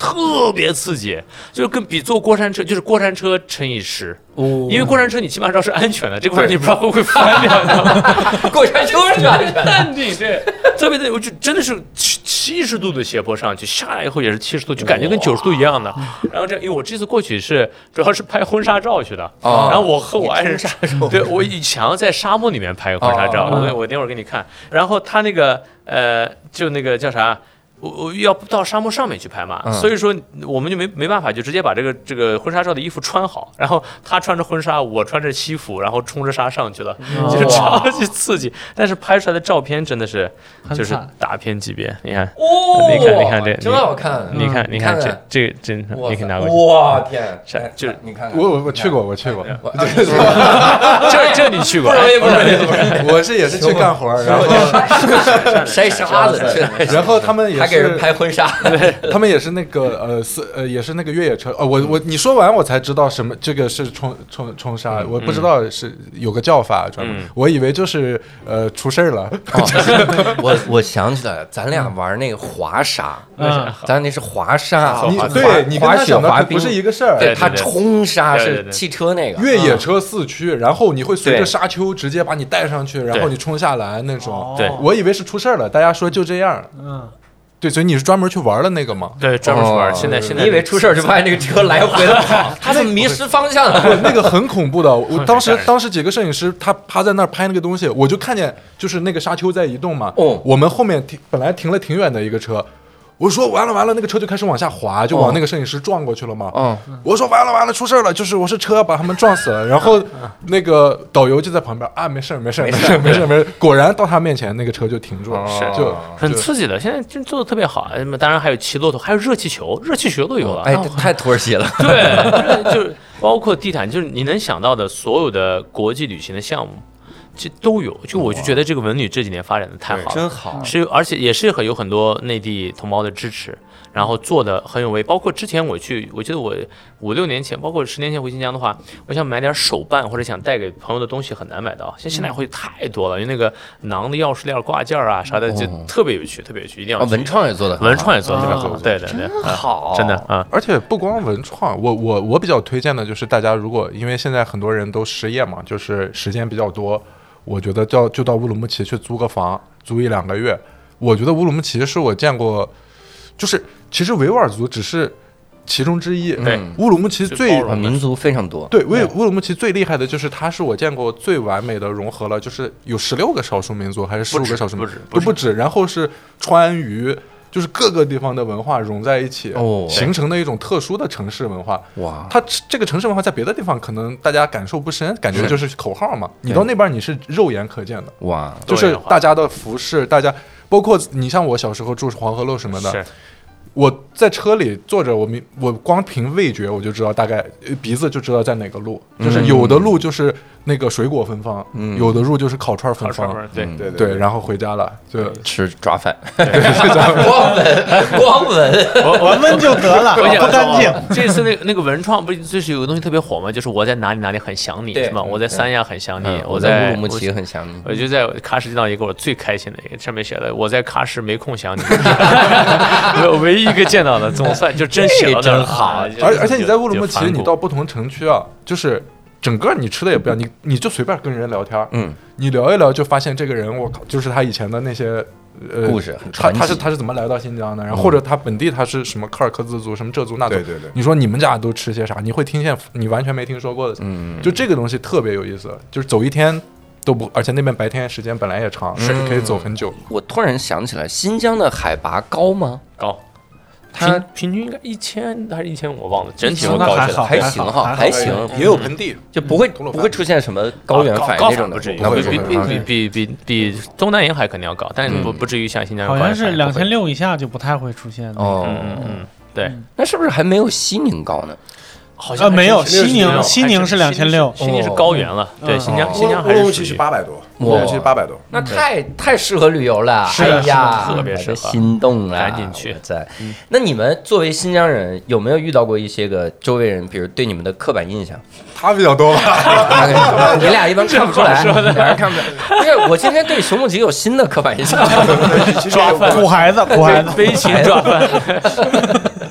特别刺激，就是跟比坐过山车，就是过山车乘以十。哦，因为过山车你起码知道是安全的，这块你不知道会不会翻掉，你知道吗？ 过山车是安全， 淡定对，特别的，我就真的是七七十度的斜坡上去，下来以后也是七十度，就感觉跟九十度一样的。然后这，因为我这次过去是主要是拍婚纱照去的，然后我和我爱人，对我想要在沙漠里面拍个婚纱照，我我那会儿给你看。然后他那个呃，就那个叫啥？我我要到沙漠上面去拍嘛，嗯、所以说我们就没没办法，就直接把这个这个婚纱照的衣服穿好，然后他穿着婚纱，我穿着西服，然后冲着沙上去了，就是超级刺激。但是拍出来的照片真的是就是大片级别，你看，哦、你看你看这真好看， 你看你看这这这你可以拿过去， 哇天， 就是你看， 我我我去过我去过， 这这你去过？ 我是也是去干活，然后筛沙子， 然后他们也还给人拍婚纱， 他们也是那个呃是呃也是那个越野车，呃我我你说完我才知道什么这个是冲冲冲沙，我不知道是有个叫法专门，我以为就是呃出事了。 我我想起来了，咱俩玩那个滑沙，咱那是滑沙， 你对你跟他想的不是一个事儿， 对他冲沙是汽车那个越野车四驱，然后你会随着沙丘直接把你带上去，然后你冲下来那种。 对， 我以为是出事了，大家说就这样。嗯。对，所以你是专门去玩了那个吗？ 对，专门去玩。现在现在你以为出事就发现这个车来回的跑，他怎么迷失方向了？ 那个很恐怖的。我当时当时几个摄影师他趴在那儿拍那个东西，我就看见就是那个沙丘在移动嘛。哦，我们后面停本来停了挺远的一个车。我说完了完了，那个车就开始往下滑，就往那个摄影师撞过去了嘛。嗯，我说完了完了，出事了，就是我是车把他们撞死了。然后那个导游就在旁边啊，没事没事没事没事没事。果然到他面前，那个车就停住了， 是就很刺激的。现在真做的特别好，当然还有骑骆驼，还有热气球，热气球都有了。 哎，太土耳其了。 对，就是包括地毯，就是你能想到的所有的国际旅行的项目。这都有，就我就觉得这个文旅这几年发展的太好了， 真好， 是而且也是很有很多内地同胞的支持，然后做的很有为。包括之前我去，我记得我五六年前，包括十年前回新疆的话，我想买点手办或者想带给朋友的东西很难买到，像现在会太多了，因为那个囊的钥匙链挂件啊啥的，就特别有趣，特别有趣，一定要。 文创也做的， 文创也做的特别好，对对对， 好， 真的啊。 而且不光文创，我我我比较推荐的就是大家如果因为现在很多人都失业嘛，就是时间比较多。我觉得到就到乌鲁木齐去租个房，租一两个月。我觉得乌鲁木齐是我见过，就是其实维吾尔族只是其中之一。 对， 乌鲁木齐最民族非常多。 对，乌乌鲁木齐最厉害的就是它是我见过最完美的融合了，就是有十六个少数民族还是十五个少数民族， 不止不止。然后是川渝。就是各个地方的文化融在一起，哦、形成的一种特殊的城市文化。哇，它这个城市文化在别的地方可能大家感受不深，感觉就是口号嘛。你到那边你是肉眼可见的。哇，就是大家的服饰，大家包括你像我小时候住黄河路什么的。我在车里坐着，我我光凭味觉我就知道大概鼻子就知道在哪个路，嗯、就是有的路就是那个水果芬芳，嗯、有的路就是烤串芬芳， 对对对，然后回家了就吃抓饭， 光闻光闻， 我闻闻就得了，不干净。 这次那那个文创不是就是有个东西特别火吗？就是我在哪里哪里很想你，是吗？我在三亚很想你，我在乌鲁木齐很想你， 我就在喀什见到一个我最开心的一个，上面写的我在喀什没空想你，我唯一。一个见到的总算就真写了， 真好。 而而且你在乌鲁木齐，你到不同城区啊，就是整个你吃的也不一样，你你就随便跟人聊天，嗯，你聊一聊就发现这个人，我靠，就是他以前的那些呃故事， 他他是他是怎么来到新疆的，然后或者他本地他是什么柯尔克孜族，什么这族那族， 对对对。 你说你们家都吃些啥？你会听见你完全没听说过的，嗯，就这个东西特别有意思，就是走一天。都不，而且那边白天时间本来也长，是可以走很久。 我突然想起来，新疆的海拔高吗？ 高。它平均应该一千还是一千五，我忘了，整体我高起来还行哈，还行， 也有盆地， 就不会不会出现什么高原反应这种的， 那不比比比比比比东南沿海肯定要高，但不不至于像新疆好像是两千六以下就不太会出现。 哦， 嗯嗯，对， 那是不是还没有西宁高呢？ 好像没有，西宁西宁是两千六， 西宁是高原了，对，新疆新疆还是其实八百多，乌鲁木齐八百多， 那太太适合旅游了， 是呀， 特别适合， 心动了， 赶紧去。 在，那你们作为新疆人，有没有遇到过一些个周围人，比如对你们的刻板印象？ 他比较多吧， 你俩一般看不出来，俩人看不出来。不是，我今天对熊木吉有新的刻板印象， 抓饭，苦孩子，苦孩子， 悲情抓饭。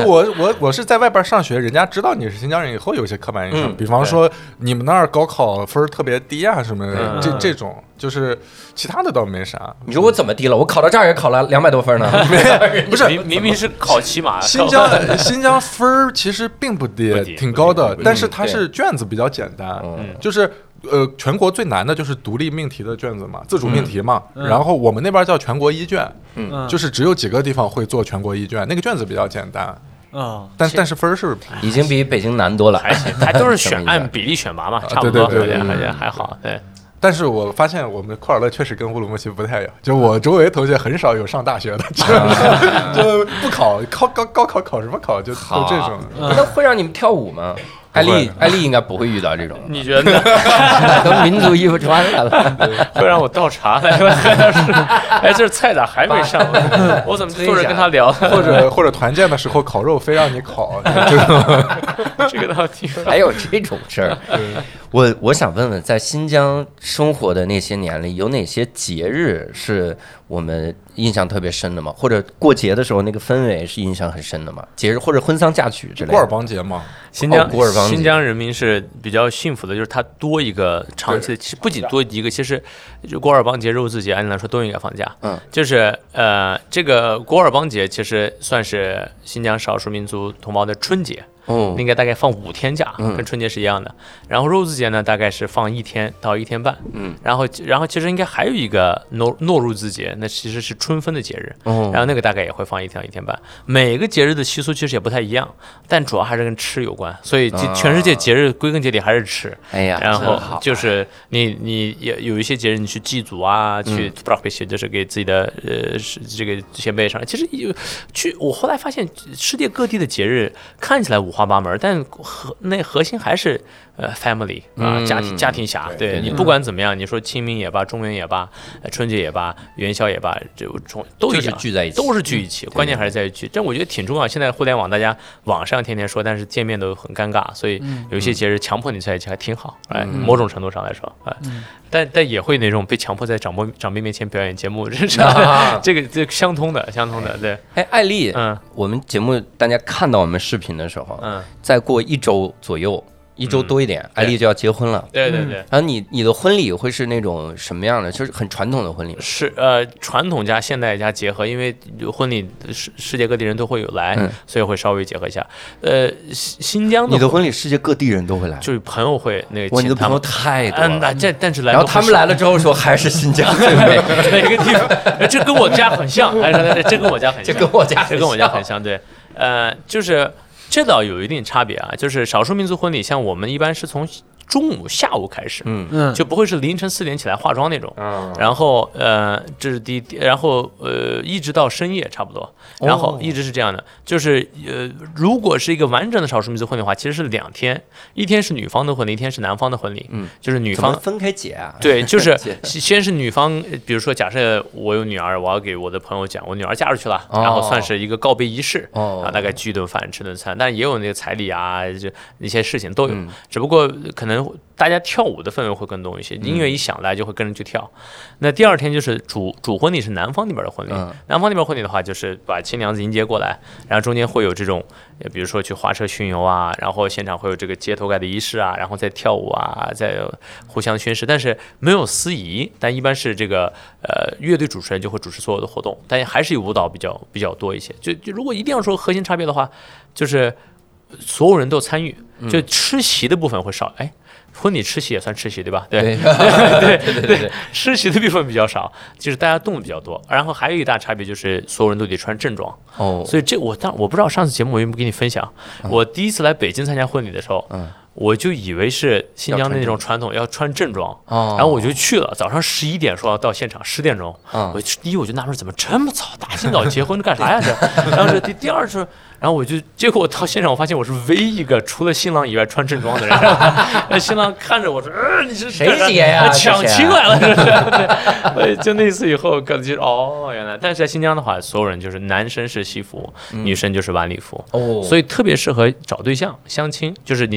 我我我是在外边上学，人家知道你是新疆人以后，有些刻板印象，比方说你们那儿高考分特别低啊什么的，这这种就是其他的倒没啥。 你说我怎么低了？我考到这儿也考了两百多分呢， 不是明明明是考骑马。 新疆新疆分其实并不低，挺高的，但是它是卷子比较简单，就是。呃，全国最难的就是独立命题的卷子嘛，自主命题嘛。嗯、然后我们那边叫全国一卷，嗯，就是只有几个地方会做全国一卷，那个卷子比较简单。啊、哦，但但是分是已经比北京难多了， 还行，它都是选按比例选拔嘛，差不多， 对对对， 好像还好，对。 但是我发现我们库尔勒确实跟乌鲁木齐不太一样，就我周围同学很少有上大学的，就就不考，考高高考考什么考，就都这种。 那会让你们跳舞吗？艾丽，艾丽应该不会遇到这种。 你觉得？ 都民族衣服穿来了， 会让我倒茶来了。哎，这菜咋还没上？我怎么坐着跟他聊？ 或者或者团建的时候烤肉，非让你烤，这种。 这个倒挺。 还有这种事儿。我我想问问，在新疆生活的那些年里，有哪些节日是我们印象特别深的吗？或者过节的时候那个氛围是印象很深的吗？节日或者婚丧嫁娶之类的。 古尔邦节吗？ 新疆、 哦、古尔邦节， 新疆人民是比较幸福的，就是它多一个长期的，其实不仅多一个，其实就古尔邦节、肉孜节，按理来说都应该放假。嗯，就是呃，这个古尔邦节其实算是新疆少数民族同胞的春节。哦，应该大概放五天假，跟春节是一样的。然后肉孜节呢，大概是放一天到一天半。嗯，然后然后其实应该还有一个诺诺肉孜节，那其实是春分的节日。哦，然后那个大概也会放一天到一天半。每个节日的习俗其实也不太一样，但主要还是跟吃有关。所以全世界节日归根结底还是吃。 哎呀， 然后就是你你有有一些节日你去祭祖啊，去不知道会写就是给自己的呃这个先辈上。其实有去我后来发现世界各地的节日看起来五花八门，但核那核心还是呃 family 啊，家庭家庭侠。对你不管怎么样，你说清明也罢，中元也罢，春节也罢，元宵也罢，这中都一样， 聚在一起， 都是聚一起。关键还是在于聚，这我觉得挺重要。现在互联网大家网上天天说，但是见面都很尴尬，所以有些节日强迫你在一起还挺好。哎，某种程度上来说，哎，但但也会那种被强迫在长辈长辈面前表演节目，这是这个这相通的，相通的。对， 哎，艾丽，嗯，我们节目大家看到我们视频的时候，嗯。再过一周左右，一周多一点，嗯、艾丽就要结婚了。 对对对。 然后你你的婚礼会是那种什么样的？就是很传统的婚礼。 是呃，传统加现代加结合，因为婚礼世世界各地人都会有来，嗯、所以会稍微结合一下。呃，新疆的你的婚礼世界各地人都会来， 就是朋友会那个。 哇，你的朋友太多了。 嗯，那这但是来， 然后他们来了之后说还是新疆最美， 哪个地方？这跟我家很像，哎，这跟我家很像， 这跟我家这跟我家很像，对，呃，就是。这倒有一定差别啊，就是少数民族婚礼，像我们一般是从中午、下午开始，嗯嗯，就不会是凌晨四点起来化妆那种，嗯，然后呃，这是第一，然后呃，一直到深夜差不多，然后一直是这样的，就是呃，如果是一个完整的少数民族婚礼的话，其实是两天，一天是女方的婚礼，一天是男方的婚礼，嗯，就是女方分开结啊， 对，就是先是女方，比如说假设我有女儿，我要给我的朋友讲，我女儿嫁出去了，然后算是一个告别仪式，哦，啊，大概聚顿饭、吃顿餐，但也有那个彩礼啊，就一些事情都有，嗯、只不过可能。大家跳舞的氛围会更多一些，音乐一响来就会跟着去跳。那第二天就是主主婚礼是男方那边的婚礼，嗯、男方那边婚礼的话就是把新娘子迎接过来，然后中间会有这种，比如说去花车巡游啊，然后现场会有这个街头盖的仪式啊，然后再跳舞啊，再互相宣誓，但是没有司仪，但一般是这个呃乐队主持人就会主持所有的活动，但还是以舞蹈比较比较多一些。就就如果一定要说核心差别的话，就是所有人都参与，就吃席的部分会少，哎。婚礼吃席也算吃席对吧？对对对对对对，吃席的部分比较少，就是大家动的比较多。然后还有一大差别就是所有人都得穿正装哦。所以这我当我不知道上次节目我有没有跟你分享，嗯、我第一次来北京参加婚礼的时候，嗯、我就以为是新疆的那种传统要穿正装，哦、然后我就去了，早上十一点说要到现场，十点钟，嗯、我第一我就纳闷怎么这么早，大清早结婚干啥呀这？然后这第第二是。然后我就，结果我到现场，我发现我是唯一一个除了新郎以外穿正装的人。那新郎看着我说：“呃，你是谁结呀？ 抢亲来了！”对，就那次以后，感觉哦，原来。但是在新疆的话，所有人就是男生是西服，嗯、女生就是晚礼服，哦，所以特别适合找对象、相亲。就是你在婚礼上。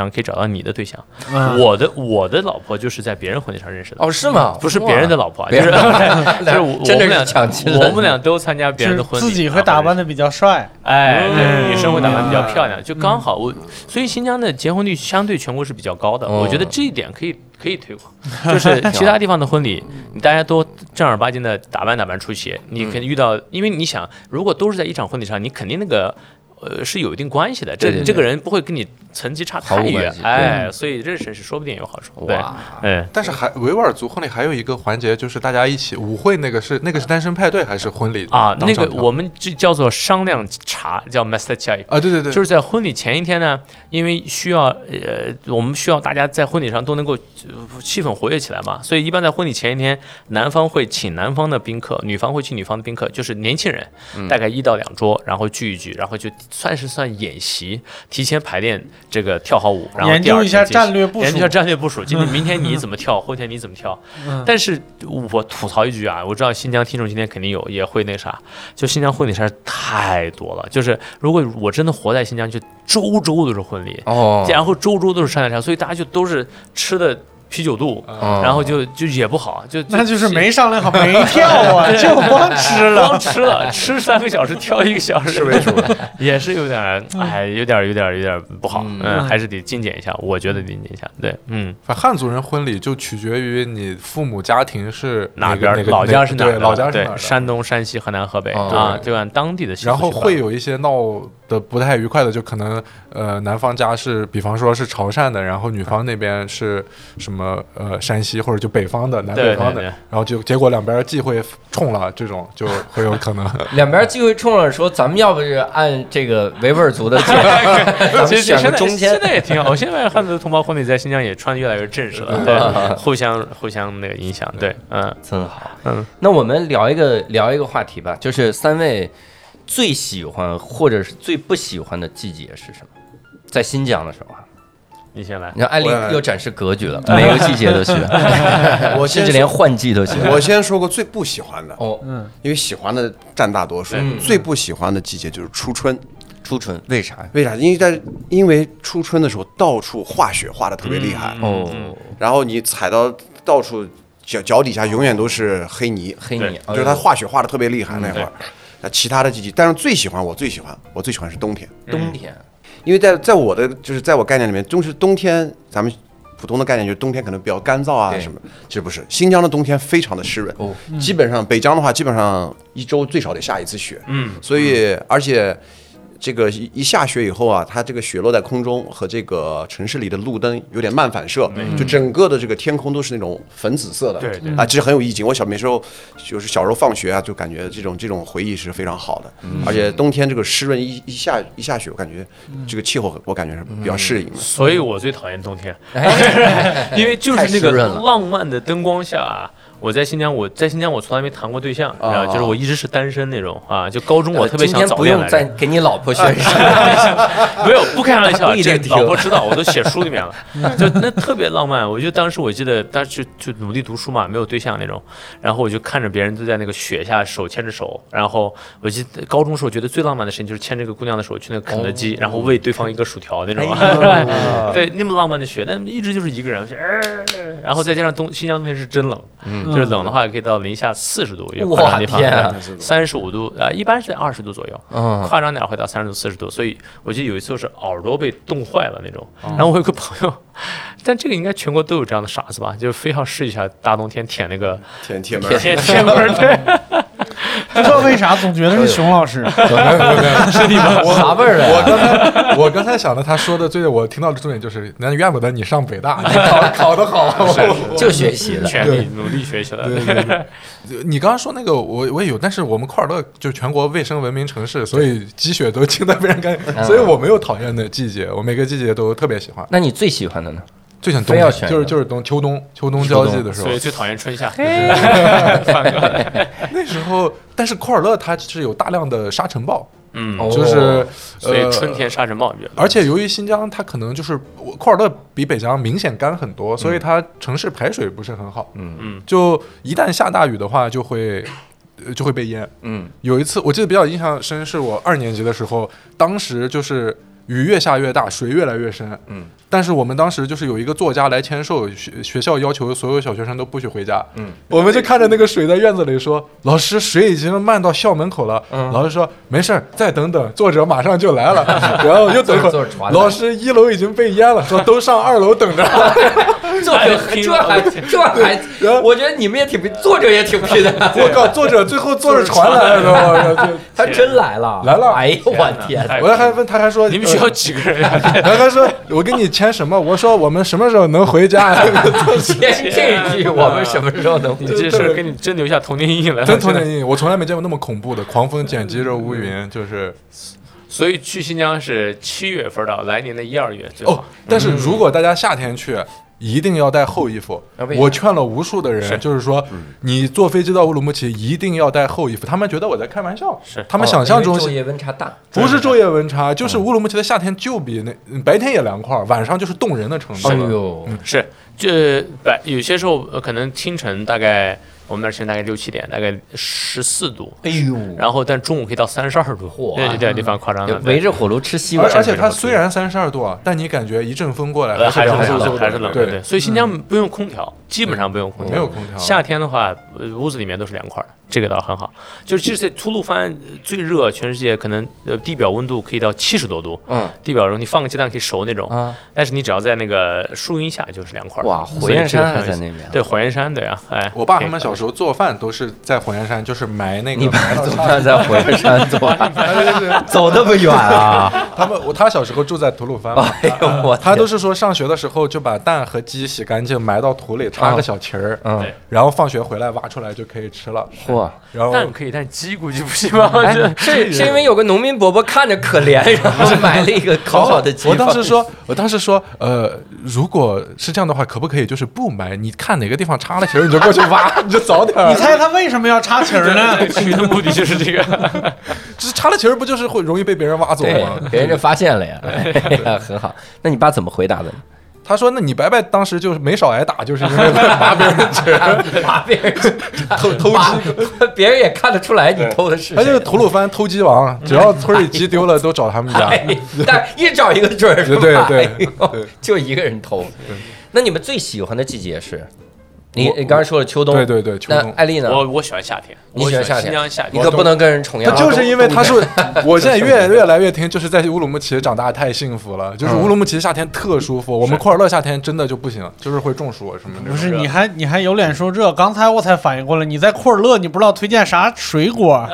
上可以找到你的对象。嗯、我的我的老婆就是在别人婚礼上认识的。 哦，是吗？ 不是别人的老婆，就是就是我们俩我们俩都参加别人的婚礼， 自己会打扮的比较帅， 哎，对，女生会打扮比较漂亮，就刚好我，所以新疆的结婚率相对全国是比较高的，我觉得这一点可以。可以推广，就是其他地方的婚礼，你大家都正儿八经的打扮打扮出席，你肯定遇到，因为你想，如果都是在一场婚礼上，你肯定那个。呃，是有一定关系的，这这个人不会跟你层级差太远，哎，所以认识是说不定有好处。对，哎， 但是还维吾尔族婚礼还有一个环节，就是大家一起舞会，那个是那个是单身派对还是婚礼啊？那个我们这叫做商量茶，叫 master chai 啊，对对对， 就是在婚礼前一天呢，因为需要呃，我们需要大家在婚礼上都能够气氛活跃起来嘛，所以一般在婚礼前一天，男方会请男方的宾客，女方会请女方的宾客，就是年轻人，大概一到两桌，然后聚一聚，然后就。算是算演习，提前排练这个跳好舞，然后研究一下战略部署， 研究一下战略部署。今天、明天你怎么跳，后天你怎么跳？但是我吐槽一句啊，我知道新疆听众今天肯定有也会那啥，就新疆婚礼实在是太多了。就是如果我真的活在新疆，就周周都是婚礼哦，然后周周都是商量茶，所以大家就都是吃的。啤酒肚，嗯、然后就就也不好，就那就是没商量好，没跳啊，就光吃了， 光吃了，吃三个小时，跳一个小时，为主，也是有点，哎，有点有点有点不好，嗯，嗯还是得精简一下，我觉得得精简一下，对，嗯， 反正汉族人婚礼就取决于你父母家庭是哪边， 那个、 老家是哪边，老家是哪对，山东、山西、河南、河北、哦、啊，就按当地的习俗。 然后会有一些闹的不太愉快的，就可能呃，男方家是，比方说是潮汕的，然后女方那边是什么？呃，山西或者就北方的、南北方的， 对对对然后就结果两边忌讳冲了，这种就会有可能。 两边忌讳冲了，说咱们要不是按这个维吾尔族的，咱们选个中间。 现在也挺好，现在汉族同胞婚礼在新疆也穿越来越正式了，对，互相互相那个影响，对，嗯， 真好，嗯。那我们聊一个聊一个话题吧，就是三位最喜欢或者是最不喜欢的季节是什么？在新疆的时候啊。 你先来， 你看艾丽又展示格局了，每个季节都喜欢，我甚至连换季都喜欢。 我先说过最不喜欢的哦， 嗯，因为喜欢的占大多数，最不喜欢的季节就是初春。 初春为啥？ 为啥？因为在因为初春的时候到处化雪，化的特别厉害哦，然后你踩到到处脚脚底下永远都是黑泥， 黑泥， 就是它化雪化的特别厉害那会儿。那其他的季节，但是最喜欢我最喜欢我最喜欢是冬天， 冬天。因为在在我的就是在我概念里面，就是冬天，咱们普通的概念就是冬天可能比较干燥啊什么，其实不是。新疆的冬天非常的湿润，哦、基本上北疆的话，基本上一周最少得下一次雪，嗯，所以而且。这个一下雪以后啊，它这个雪落在空中和这个城市里的路灯有点慢反射，嗯、就整个的这个天空都是那种粉紫色的， 对对啊，其实很有意境。我小那时候就是小时候放学啊，就感觉这种这种回忆是非常好的。嗯、而且冬天这个湿润一一下一下雪，我感觉这个气候我感觉是比较适应的。嗯、 所以我最讨厌冬天，因为就是那个浪漫的灯光下。我在新疆，我在新疆我从来没谈过对象，你知道，就是我一直是单身那种啊。就高中我特别想早恋来着。 今天不用再给你老婆宣誓， 没有，不开玩笑，这老婆知道，我都写书里面了。就那特别浪漫，我就当时我记得，当时就努力读书嘛，没有对象那种。然后我就看着别人都在那个雪下手牵着手，然后我记得高中时候觉得最浪漫的事情就是牵这个姑娘的手去那个肯德基，然后喂对方一个薯条那种。对，那么浪漫的雪，但一直就是一个人，然后再加上冬新疆冬天是真冷，嗯。就是冷的话，可以到零下四十度，有夸张地方三十五度，呃，一般是在二十度左右，嗯，夸张点会到三十度、四十度。所以我记得有一次是耳朵被冻坏了那种。然后我有个朋友，但这个应该全国都有这样的傻子吧，就非要试一下大冬天舔那个舔贴门， 舔贴门，对。 不知道为啥总觉得是熊老师， 是你们啥味儿的？ 我刚才我刚才想的，他说的最我听到的重点就是，那怨不得你上北大，你考考得好， 就学习了， 全力努力学习了。 对对对，你刚刚说那个我我也有，但是我们库尔勒就是全国卫生文明城市，所以积雪都清得非常干净，所以我没有讨厌的季节，我每个季节都特别喜欢。 那你最喜欢的呢？ 最喜欢冬天，就是就是冬秋冬秋冬交际的时候， 所以最讨厌春夏。 那时候，但是库尔勒它是有大量的沙尘暴， 嗯， 就是、 所以春天沙尘暴比较、 呃。而且由于新疆它可能就是库尔勒比北疆明显干很多，所以它城市排水不是很好，嗯嗯，就一旦下大雨的话就会。就会被淹。嗯，有一次我记得比较印象深，是我二年级的时候，当时就是雨越下越大，水越来越深。 嗯， 但是我们当时就是有一个作家来签售，学学校要求所有小学生都不许回家。 嗯， 我们就看着那个水在院子里说：“老师，水已经漫到校门口了。 嗯” 老师说：“没事儿，再等等，作者马上就来了。”然后又等会儿，老师一楼已经被淹了，说都上二楼等着。 作者这还这还，我觉得你们也挺作者也挺拼的。 我靠，作者最后坐着船来了， 他真来了， 来了！ 哎呦我天！ 我还问他，还说你们学校几个人呀？ 然后他说我给你签什么？我说我们什么时候能回家？ 签这句我们什么时候能回家？你这事给你真留下童年阴影了， 真童年阴影。我从来没见过那么恐怖的狂风卷击着乌云，就是。 所以去新疆是七月份到来年的一二月最好。 哦，但是如果大家夏天去，一定要带厚衣服。我劝了无数的人，就是说，你坐飞机到乌鲁木齐一定要带厚衣服。他们觉得我在开玩笑， 是他们想象中昼夜温差大， 不是昼夜温差，就是乌鲁木齐的夏天就比那白天也凉快，晚上就是冻人的程度。 哎呦， 是，这白有些时候可能清晨大概。我们那儿现在大概六七点，大概十四度， 哎呦， 然后但中午可以到三十二度，对这点地方夸张了。 围着火炉吃西瓜， 而且它虽然三十二度啊，但你感觉一阵风过来还是冷的，还是冷的。 对， 所以新疆不用空调，基本上不用空调， 没有空调。 夏天的话，屋子里面都是凉快的，这个倒很好。就是其实吐鲁番最热，全世界可能呃地表温度可以到七十多度， 嗯， 地表中你放个鸡蛋可以熟那种， 啊， 但是你只要在那个树荫下就是凉快。 哇，火焰山还在那边？ 对，火焰山，对啊，哎， 我爸他们小时候做饭都是。在火焰山，就是埋那个。 你爸做饭在火焰山做，走那么远啊？ 他们他小时候住在吐鲁番， 哎呦我， 他都是说上学的时候就把蛋和鸡洗干净，埋到土里插个小旗儿， 嗯， 然后放学回来挖出来就可以吃了。 嚯， 然后蛋可以，但鸡估计不行吧？ 是是因为有个农民伯伯看着可怜，然后买了一个烤好的鸡。 我当时说，我当时说，呃，如果是这样的话，可不可以就是不埋？你看哪个地方插了旗儿，你就过去挖，你就早点。 你猜他为什么要插旗儿呢？ 取的目的就是这个， 就是插了旗儿，不就是会容易被别人挖走吗？ 别人就发现了呀，哎呀，很好。那你爸怎么回答的呢？ 他说：“那你白白当时就是没少挨打，就是因为挖别人旗儿， 挖别人偷偷鸡， 别人也看得出来你偷的是谁。 他就是吐鲁番偷鸡王，只要村里鸡丢了都找他们家， 但一找一个准儿， 对对对， 就一个人偷。那你们最喜欢的季节是？”你你刚才说了秋冬， 对对对，秋冬。 那艾丽呢？ 我我喜欢夏天， 你喜欢夏天， 新疆夏天， 你可不能跟人重样。 他就是因为他是，我现在越越来越听，就是在乌鲁木齐长大太幸福了，就是乌鲁木齐夏天特舒服，我们库尔勒夏天真的就不行，就是会中暑什么的。 不是，你还你还有脸说这？刚才我才反应过来，你在库尔勒，你不知道推荐啥水果？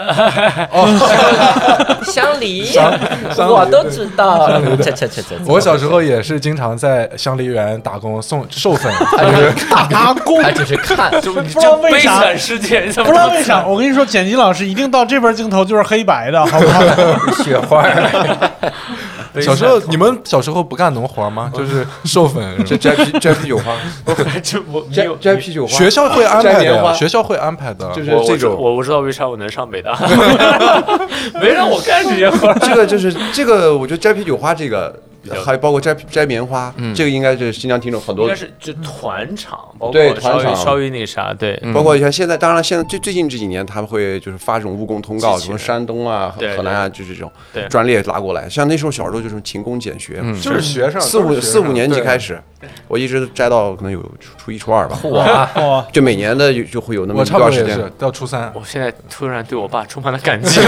哦，香梨，我都知道。这这这这， 我小时候也是经常在香梨园打工送授粉， 打工。 他只是看， 不知道为啥， 悲惨世界， 不知道为啥。我跟你说，剪辑老师一定到这边镜头就是黑白的，好不好？ 雪花。 小时候你们小时候不干农活吗？就是授粉， 摘摘啤摘啤酒花， 就我摘摘啤酒花。 学校会安排的，学校会安排的， 就是这种。 我不知道为啥我能上北大，没让我干这些活。 这个就是这个，我觉得摘啤酒花这个。还包括摘摘棉花，嗯、这个应该是新疆听众很多， 应该是就团场，包括对团场稍微那个啥，对， 嗯、包括像现在，当然现在最最近这几年，他们会就是发这种务工通告，什么山东啊、河南啊，就是这种专列拉过来。像那时候小时候就是勤工俭学， 嗯、就是学生四五四五年级开始，我一直摘到可能有初一初二吧， 哇， 就每年的就会有那么一段时间到初三。 我现在突然对我爸充满了感激，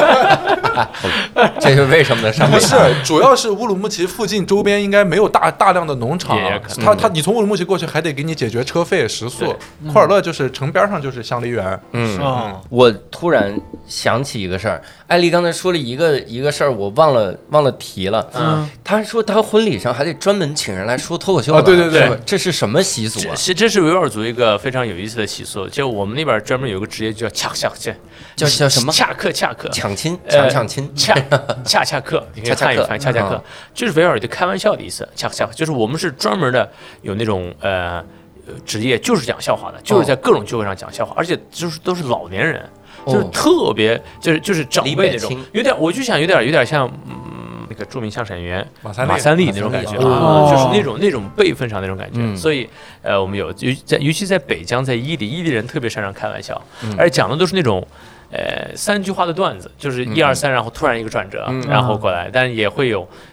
这是为什么呢？ 不是，主要是乌鲁木齐附近周边应该没有大大量的农场，他他你从乌鲁木齐过去还得给你解决车费食宿。库尔勒就是城边上就是香梨园。 嗯，哦、我突然想起一个事儿，艾丽刚才说了一个一个事儿，我忘了忘了提了。嗯，她说她婚礼上还得专门请人来说脱口秀。 啊，对对对， 这是什么习俗啊？ 这这是维吾尔族一个非常有意思的习俗，就我们那边专门有个职业叫恰恰恰， 叫叫什么？ 恰克恰克， 抢亲抢抢亲， 恰恰恰克，你可以看一翻，恰恰克就是维吾尔的开玩笑的意思。恰恰克就是我们是专门的有那种呃职业，就是讲笑话的，就是在各种聚会上讲笑话，而且就是都是老年人，就是特别就是就是长辈那种，有点我就想有点有点像嗯那个著名相声演员马三马三立那种感觉啊，就是那种那种辈分上那种感觉。所以呃我们有尤在尤其在北疆在伊犁，伊犁人特别擅长开玩笑，而且讲的都是那种。呃，三句话的段子，就是一二三，然后突然一个转折，嗯、然后过来，但是也会有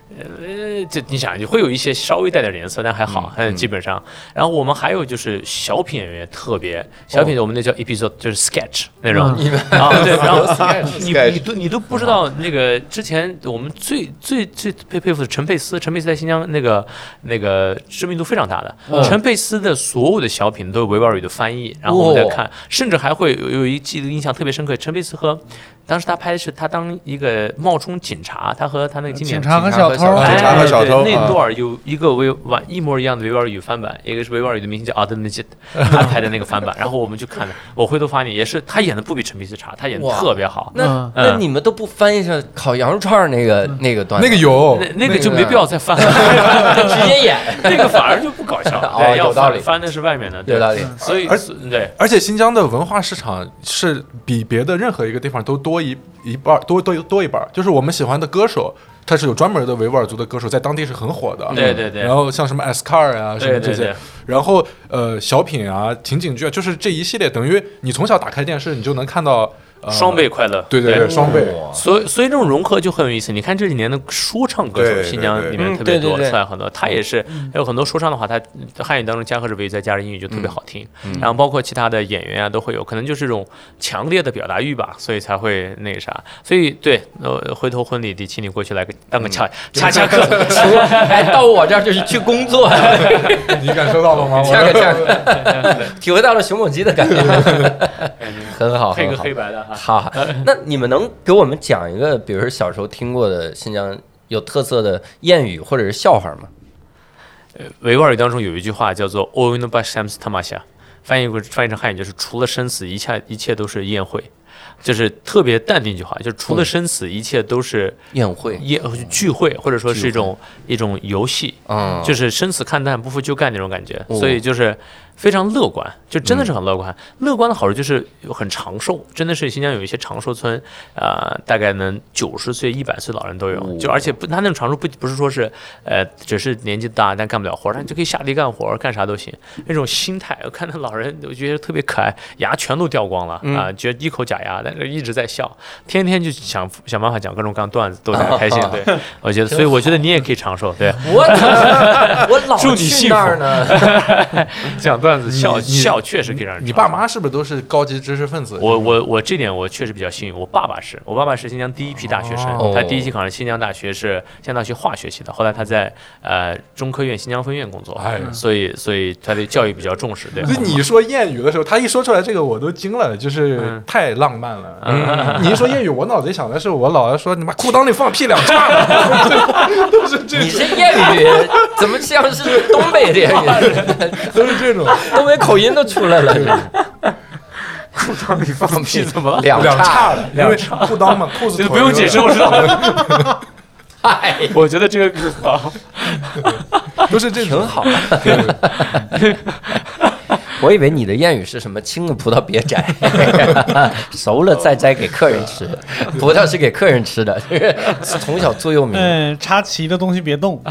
呃，这你想，会有一些稍微带点颜色，但还好，嗯，基本上。然后我们还有就是小品演员特别小品，我们那叫 episode， 就是 sketch 那种啊，对，然后你你都你都不知道那个之前我们最最最佩佩服的陈佩斯，陈佩斯在新疆那个那个知名度非常大的，陈佩斯的所有的小品都有维吾尔语的翻译，然后我们在看，甚至还会有有一记得印象特别深刻，陈佩斯和当时他拍的是他当一个冒充警察，他和他那个经典警察和小偷。 警察和小偷， 那段有一个维完一模一样的维吾尔语翻版，一个是维吾尔语的明星叫阿德内吉，他拍的那个翻版，然后我们就看了，我回头发现也是他演的不比陈佩斯差，他演的特别好。 那那你们都不翻译上烤羊肉串那个那个段， 那个有， 那那个就没必要再翻， 直接演， 那个反而就不搞笑。 哦，有道理， 翻的是外面的， 有道理。 所以而对， 而且新疆的文化市场是比别的任何一个地方都多一一半，多多多一半，就是我们喜欢的歌手。他是有专门的维吾尔族的歌手，在当地是很火的。 对对对。 然后像什么 Askar 啊，什么这些。 对对对。 然后呃，小品啊，情景剧啊，就是这一系列，等于你从小打开电视，你就能看到。呃、 双倍快乐， 对对对，双倍。 所以所以这种融合就很有意思。你看这几年的说唱歌手，新疆里面特别多，出来很多。他也是有很多说唱的话，他汉语当中加和着维语，再加上英语就特别好听。 嗯、 然后包括其他的演员啊，都会有，可能就是这种强烈的表达欲吧，所以才会那个啥。所以对，呃，回头婚礼得请你过去来个当个恰恰恰克， 哎，到我这儿就是去工作。 你感受到了吗？ 恰克恰克，体会到了熊猛鸡的感觉，很好， 配个黑白的。 好，那你们能给我们讲一个，比如说小时候听过的新疆有特色的谚语或者是笑话吗？ 呃，维吾尔语当中有一句话叫做 "Oyun başams tamasha"， 翻译过翻译成汉语就是除了生死，一切一切都是宴会。就是特别淡定一句话，就是除了生死，一切都是宴会、 宴聚会，或者说是一种一种游戏， 嗯， 就是生死看淡，不负就干那种感觉，所以就是非常乐观，就真的是很乐观。嗯、乐观的好处就是很长寿，真的是新疆有一些长寿村，啊、呃，大概能九十岁、一百岁老人都有，就而且不，他那种长寿不不是说是呃，只是年纪大但干不了活，他就可以下地干活，干啥都行，那种心态。我看那老人，我觉得特别可爱，牙全都掉光了啊、呃，觉得一口假牙，但是一直在笑，天天就想想办法讲各种各样段子，逗大家开心。对，我觉得，所以我觉得你也可以长寿。对， 我我老去那儿呢， 讲段子笑笑确实可以让人。 你爸妈是不是都是高级知识分子？ 我我我这点我确实比较幸运，我爸爸是我爸爸是新疆第一批大学生， 哦、 他第一期考上新疆大学是新疆大学化学系的，后来他在呃中科院新疆分院工作，哎、所以所以他对教育比较重视。对， 你说谚语的时候，他一说出来这个我都惊了，就是太浪漫了。嗯、你一说谚语，我脑子里想的是我姥姥说你妈裤裆里放屁两叉，都是这种。 你这谚语怎么像是东北谚语？ 都是这种， 东北口音都出来了。 裤裆里放屁怎么了？ 两叉的，因为裤裆嘛，裤子不用解释，我知道。哎，我觉得这个更好， 都是这挺好。我以为你的谚语是什么青的葡萄别摘，熟了再摘给客人吃。葡萄是给客人吃的，从小座右铭。 嗯，插旗的东西别动。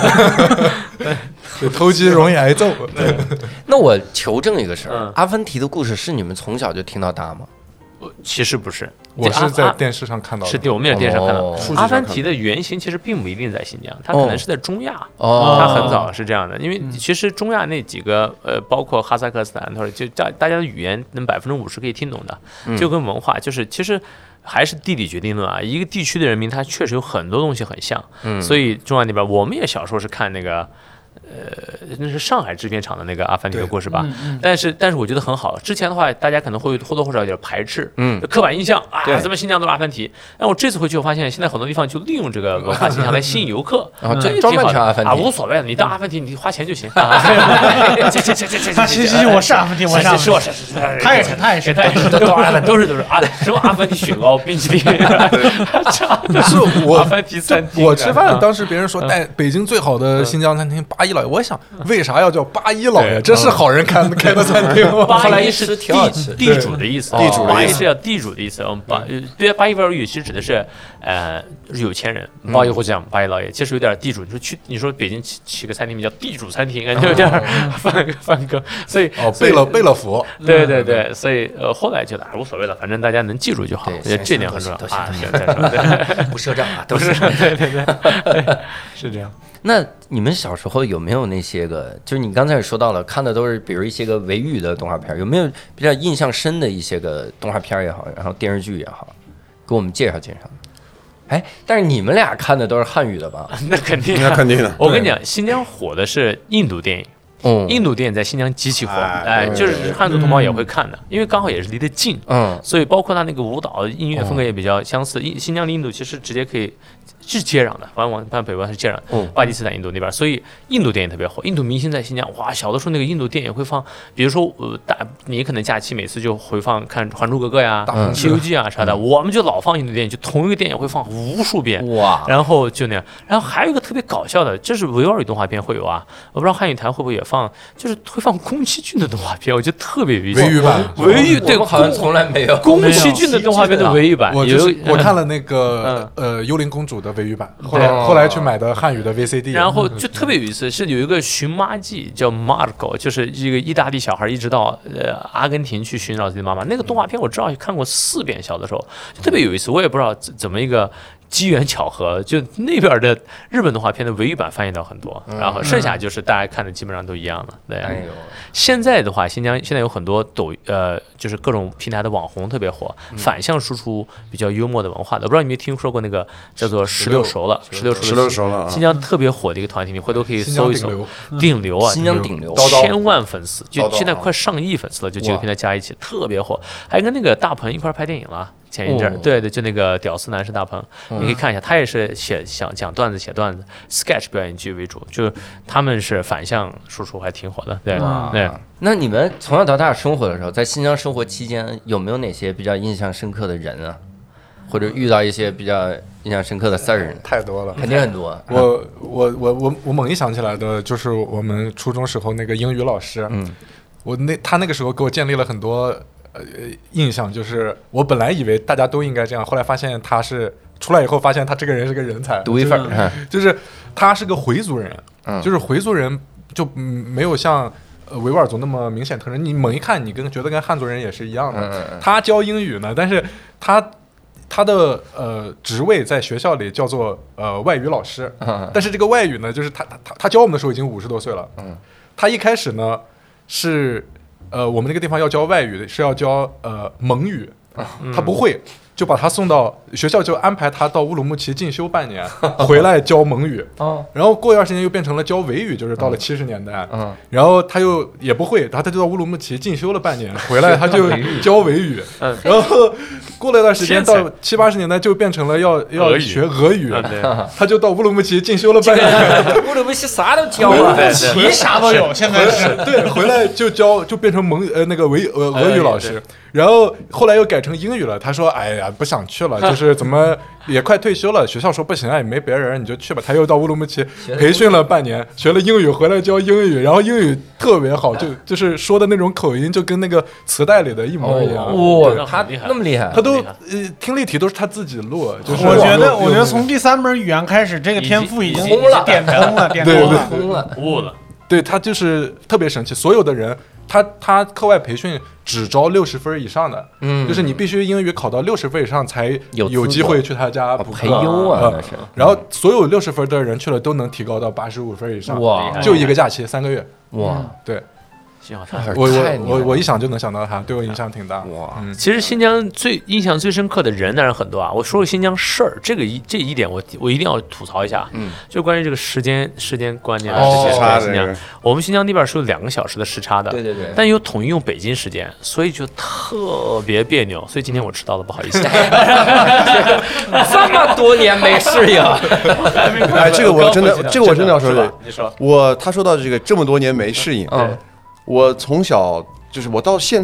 偷鸡容易挨揍。 那我求证一个事儿，嗯、阿凡提的故事是你们从小就听到大吗？ 其实不是， 我是在电视上看到的， 是我们也是电视上看到的。 哦、 阿凡提的原型其实并不一定在新疆，它可能是在中亚。 哦， 它很早是这样的，因为其实中亚那几个呃，包括哈萨克斯坦，或者就大大家的语言能百分之五十可以听懂的，就跟文化就是其实。还是地理决定论啊！一个地区的人民，他确实有很多东西很像，嗯，所以中亚那边，我们也小时候是看那个，呃，那是上海制片厂的那个阿凡提的故事吧？嗯、但是，但是我觉得很好。之前的话，大家可能会或多或少有点排斥，嗯，刻板印象啊，咱们新疆都是阿凡提。但我这次回去，我发现现在很多地方就利用这个文化形象来吸引游客， 然后这专门成阿凡提啊，无所谓，你当阿凡提，你花钱就行啊。这这这这这， 行行行，我是阿凡提，我是， 是我是， 他也是，他也是， 他也是，都都阿凡都是都是啊，什么阿凡提雪糕、冰淇淋， 是我阿凡提餐厅。我吃饭当时别人说带北京最好的新疆餐厅，八八一老爷，我想为啥要叫八一老爷？这是好人开开的餐厅吗？ 八一是地地主的意思， 地主八一是叫地主的意思。我们八对八一外语其实指的是呃有钱人，八一或者讲八一老爷，其实有点地主。你说去你说北京起起个餐厅名叫地主餐厅，感觉有点翻个翻个，所以哦贝勒贝勒福， 对对对，所以呃后来觉得无所谓了，反正大家能记住就好，我觉得这点很重要啊。 不赊账啊，都是对对对，是这样。 那你们小时候有没有那些个，就是你刚才也说到了，看的都是比如一些个维语的动画片，有没有比较印象深的一些个动画片也好，然后电视剧也好，给我们介绍介绍？哎，但是你们俩看的都是汉语的吧？ 那肯定， 那肯定的。 我跟你讲，新疆火的是印度电影。 嗯， 印度电影在新疆极其火， 哎哎，就是汉族同胞也会看的，因为刚好也是离得近， 嗯， 所以包括他那个舞蹈、音乐风格也比较相似。印新疆离印度其实直接可以是接壤的，往往往北方是接壤， 嗯， 巴基斯坦、印度那边，所以印度电影特别火。印度明星在新疆，哇，小的时候那个印度电影会放，比如说呃大，你可能假期每次就回放看《还珠格格》呀、《西游记》啊啥的，我们就老放印度电影，就同一个电影会放无数遍， 哇， 然后就那样。然后还有一个特别搞笑的，这是维吾尔语动画片会有啊，我不知道汉语台会不会也放，就是会放宫崎骏的动画片，我觉得特别有意思。 维语版， 维语对， 好像从来没有。 宫崎骏的动画片的维语版， 我就是我看了那个呃幽灵公主的维语版，后来后来去买的汉语的 V C D， 然后就特别有意思，是有一个寻妈记叫 Marco， 就是一个意大利小孩一直到呃阿根廷去寻找自己的妈妈。那个动画片我至少看过四遍，小的时候就特别有意思。我也不知道怎么一个机缘巧合，就那边的日本动画片的维语版翻译到很多，然后剩下就是大家看的基本上都一样的。对， 哎呦， 现在的话，新疆现在有很多抖呃，就是各种平台的网红特别火，反向输出比较幽默的文化的。我不知道你有没有听说过那个叫做十六熟了，十六熟十六熟了， 新疆特别火的一个团体，你回头可以搜一搜，顶流啊， 新疆顶流， 千万粉丝，就现在快上亿粉丝了，就几个平台加一起，特别火，还跟那个大鹏一块拍电影了。前一阵儿，对对，就那个屌丝男士大鹏，你可以看一下，他也是写想讲段子、写段子、sketch 表演剧为主，就是他们是反向输出，还挺火的。对对。 那你们从小到大生活的时候，在新疆生活期间，有没有哪些比较印象深刻的人啊，或者遇到一些比较印象深刻的事儿？ 太多了， 肯定很多。 我我我我我猛一想起来的就是我们初中时候那个英语老师，嗯，我那他那个时候给我建立了很多。呃，印象就是我本来以为大家都应该这样，后来发现他是出来以后发现他这个人是个人才， 独一份儿，就是他是个回族人，嗯，就是回族人就没有像呃维吾尔族那么明显特征，你猛一看，你跟觉得跟汉族人也是一样的。嗯嗯、他教英语呢，但是他他的呃职位在学校里叫做呃外语老师，嗯、但是这个外语呢，就是他他他教我们的时候已经五十多岁了，嗯，他一开始呢是。呃，我们那个地方要教外语，是要教呃蒙语，他不会，就把他送到学校，就安排他到乌鲁木齐进修半年，回来教蒙语。然后过一段时间又变成了教维语，就是到了七十年代。然后他又也不会，然后他就到乌鲁木齐进修了半年，回来他就教维语。然后过了一段时间，到七八十年代就变成了要要学俄语，他就到乌鲁木齐进修了半年。 乌鲁木齐啥都教啊， 齐啥都有，现在是对，回来就教，就变成蒙呃那个维呃俄语老师。然后后来又改成英语了。他说：“哎呀，不想去了，就是怎么也快退休了。学校说不行啊，也没别人，你就去吧。”他又到乌鲁木齐培训了半年，学了英语，回来教英语，然后英语特别好，就就是说的那种口音就跟那个磁带里的一模一样。 哇，他那么厉害， 他都呃听力题都是他自己录。就是我觉得，我觉得从第三门语言开始，这个天赋已经通了， 点通了，点通了，通了， 悟了。 对，他就是特别神奇，所有的人。他他课外培训只招六十分以上的，嗯，就是你必须英语考到六十分以上才有机会去他家补课、 培优啊，那是。 然后所有六十分的人去了都能提高到八十五分以上，哇！就一个假期三个月， 哇！ 对。 我我我我一想就能想到他，对我影响挺大。哇， 嗯，其实新疆最印象最深刻的人当然很多啊。我说说新疆事儿，这个一这一点我我一定要吐槽一下。嗯，就关于这个时间时间观念啊，这些新疆，我们新疆那边是有两个小时的时差的， 对对对， 但又统一用北京时间，所以就特别别扭。所以今天我迟到了，不好意思。 这么多年没适应， 哎，这个我真的，这个我真的要说的。你说， 我他说到这个这么多年没适应，嗯。我从小就是我到现在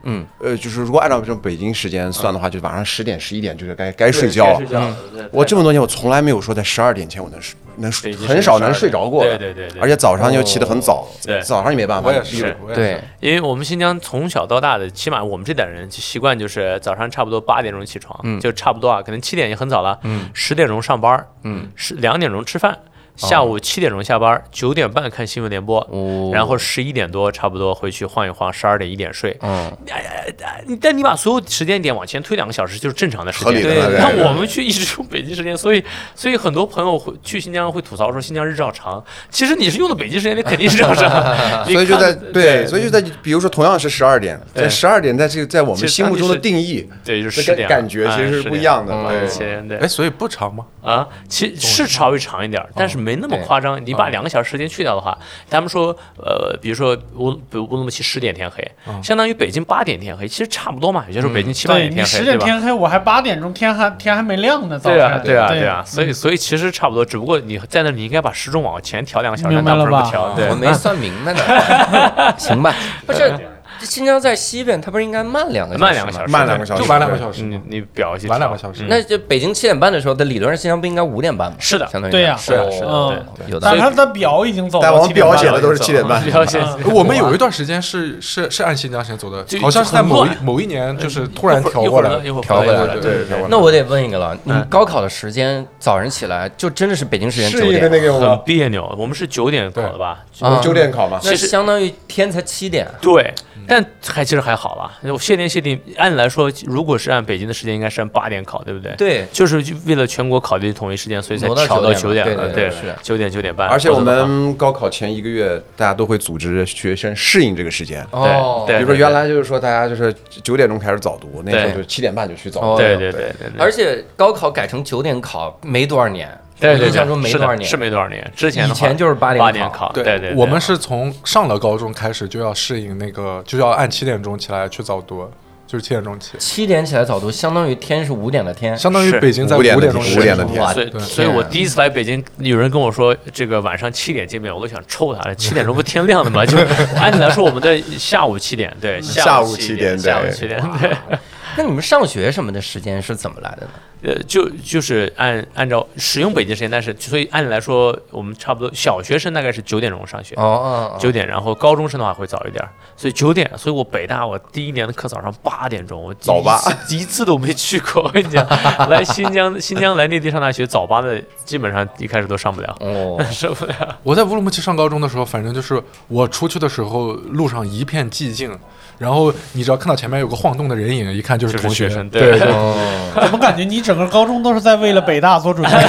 嗯，呃，就是如果按照这种北京时间算的话，就晚上十点、十一点就是该该睡觉。我这么多年，我从来没有说在十二点前我能睡。能很少能睡着过， 对对对， 而且早上又起得很早， 对， 早上你没办法， 我也是， 对， 因为我们新疆从小到大的，起码我们这代人习惯就是早上差不多八点钟起床，嗯，就差不多啊，可能七点也很早了，嗯，十点钟上班，嗯，十两点钟吃饭。下午七点钟下班，九点半看新闻联播，哦、然后十一点多差不多回去晃一晃，十二点一点睡。嗯，但你把所有时间点往前推两个小时，就是正常的时间。 对， 那我们去一直用北京时间，所以所以很多朋友会去新疆会吐槽说新疆日照长，其实你是用的北京时间，你肯定是这样长。 所以就在对，所以就在比如说同样是十二点，在十二点在这个在我们心目中的定义， 对，就是十点， 感觉其实是不一样的。 对， 哎，所以不长吗？ 啊，其实是稍微长一点，但是。没那么夸张，你把两个小时时间去掉的话，他们说，呃，比如说乌乌鲁木齐十点天黑，相当于北京八点天黑，其实差不多嘛。有些时候北京七八点天黑， 十点天黑，我还八点钟天还天还没亮呢。 对啊，对啊，对啊，所以所以其实差不多，只不过你在那你应该把时钟往前调两个小时，但不是不调。对， 我没算明白呢。行吧，不是。新疆在西边，它不是应该慢两个小时？ 慢两个小时， 慢两个小时， 就晚两个小时。 你你表一晚两个小时。 那就北京七点半的时候，的理论上新疆不应该五点半吗？ 是的， 相当于对呀， 是的，是的， 有的。 但是它的表已经走了， 但我表写的都是七点半。 我们有一段时间是是是按新疆时间走的，好像是在某一某一年就是突然调过来， 调回来了。 对， 那我得问一个了，你们高考的时间早上起来就真的是北京时间九点？ 很别扭。我们是九点考的吧？ 九点考嘛， 那相当于天才七点。 对。但还其实还好啦，我谢天谢地，按理来说，如果是按北京的时间，应该是按八点考，对不对？ 对， 就是为了全国考虑统一时间，所以才调到九点了。对， 是九点九点半。 而且我们高考前一个月，大家都会组织学生适应这个时间。 哦， 对， 比如说原来就是说大家就是九点钟开始早读，那时候就七点半就去早读。 对对对对。 而且高考改成九点考没多少年。 对对， 印象中没多少年， 是没多少年。之前以前就是八点点考， 对对对。 我们是从上了高中开始就要适应那个，就要按七点钟起来去早读，就是七点钟起。 七点起来早读，相当于天是五点的天， 相当于北京在五点钟五点的天。 所以，所以我第一次来北京，有人跟我说这个晚上七点见面，我都想抽他了。七点钟不天亮的吗？就按理来说，我们的下午七点，对， 下午七点， 下午七点，对。 那你们上学什么的时间是怎么来的呢？ 呃，就就是按按照使用北京时间，但是所以按理来说，我们差不多小学生大概是九点钟上学， 哦， 九点，然后高中生的话会早一点，所以九点，所以我北大我第一年的课早上八点钟，我早八一次都没去过。我跟你讲，来新疆新疆来内地上大学，早八的基本上一开始都上不了， 哦， 受不了。 我在乌鲁木齐上高中的时候，反正就是我出去的时候，路上一片寂静。然后你只要看到前面有个晃动的人影，一看就是同学生。 对， 怎么感觉你整个高中都是在为了北大做准备？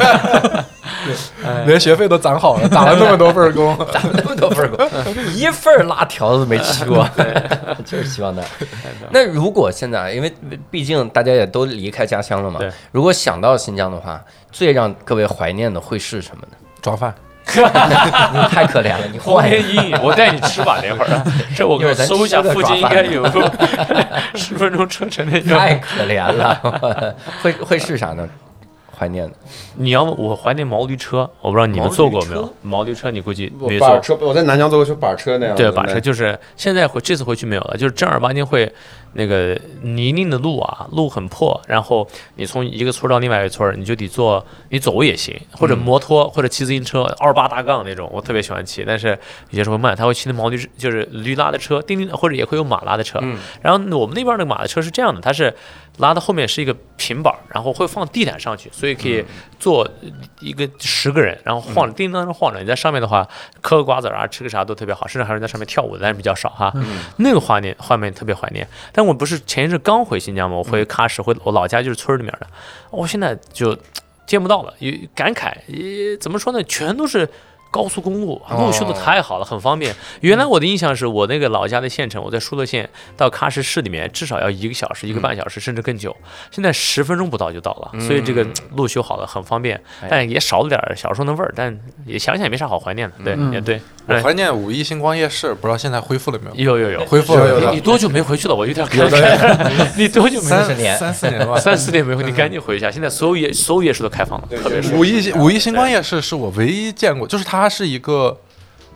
连学费都攒好了，打了那么多份工， 打了那么多份工，一份辣条都没吃过，就是希望的。那如果现在，因为毕竟大家也都离开家乡了嘛，如果想到新疆的话，最让各位怀念的会是什么呢？ 抓饭。 你太可怜了，你后天阴影，我带你吃吧，那会儿。这我给我搜一下，附近应该有十分钟车程那种。 太可怜了，会会是啥呢？怀念的， 你要我怀念毛驴车，我不知道你们坐过没有？毛驴车你估计没坐。车，我在南疆坐过是板车那样。 对，板车就是现在回这次回去没有了，就是正儿八经会那个泥泞的路啊，路很破，然后你从一个村到另外一个村，你就得坐，你走也行，或者摩托或者骑自行车，二八大杠那种，我特别喜欢骑，但是有些时候慢，他会骑那毛驴，就是驴拉的车，叮叮，或者也会有马拉的车。嗯、然后我们那边的马的车是这样的，它是拉的后面是一个平板，然后会放地毯上去，所以可以坐一个十个人，然后晃着叮当着晃着，你在上面的话嗑个瓜子啊，吃个啥都特别好，甚至还有人在上面跳舞的，但是比较少哈。嗯、那个画面画面特别怀念。但我不是前一阵刚回新疆嘛，我回喀什，回我老家就是村里面的，我现在就见不到了，有感慨，也怎么说呢，全都是高速公路，路修的太好了，很方便。原来我的印象是我那个老家的县城，我在疏勒县到喀什市里面至少要一个小时、一个半小时，甚至更久。现在十分钟不到就到了，所以这个路修好了，很方便，但也少了点小时候的味儿。但也想想也没啥好怀念的，对，也对。 我怀念五一星光夜市，不知道现在恢复了没有？有有有， 恢复了。 你多久没回去了？我有点感慨。你多久没？ 三十年， 三四年吧， 三四年没回，你赶紧回一下。现在所有夜所有夜市都开放了，特别是五一五一星光夜市是我唯一见过，就是它是一个。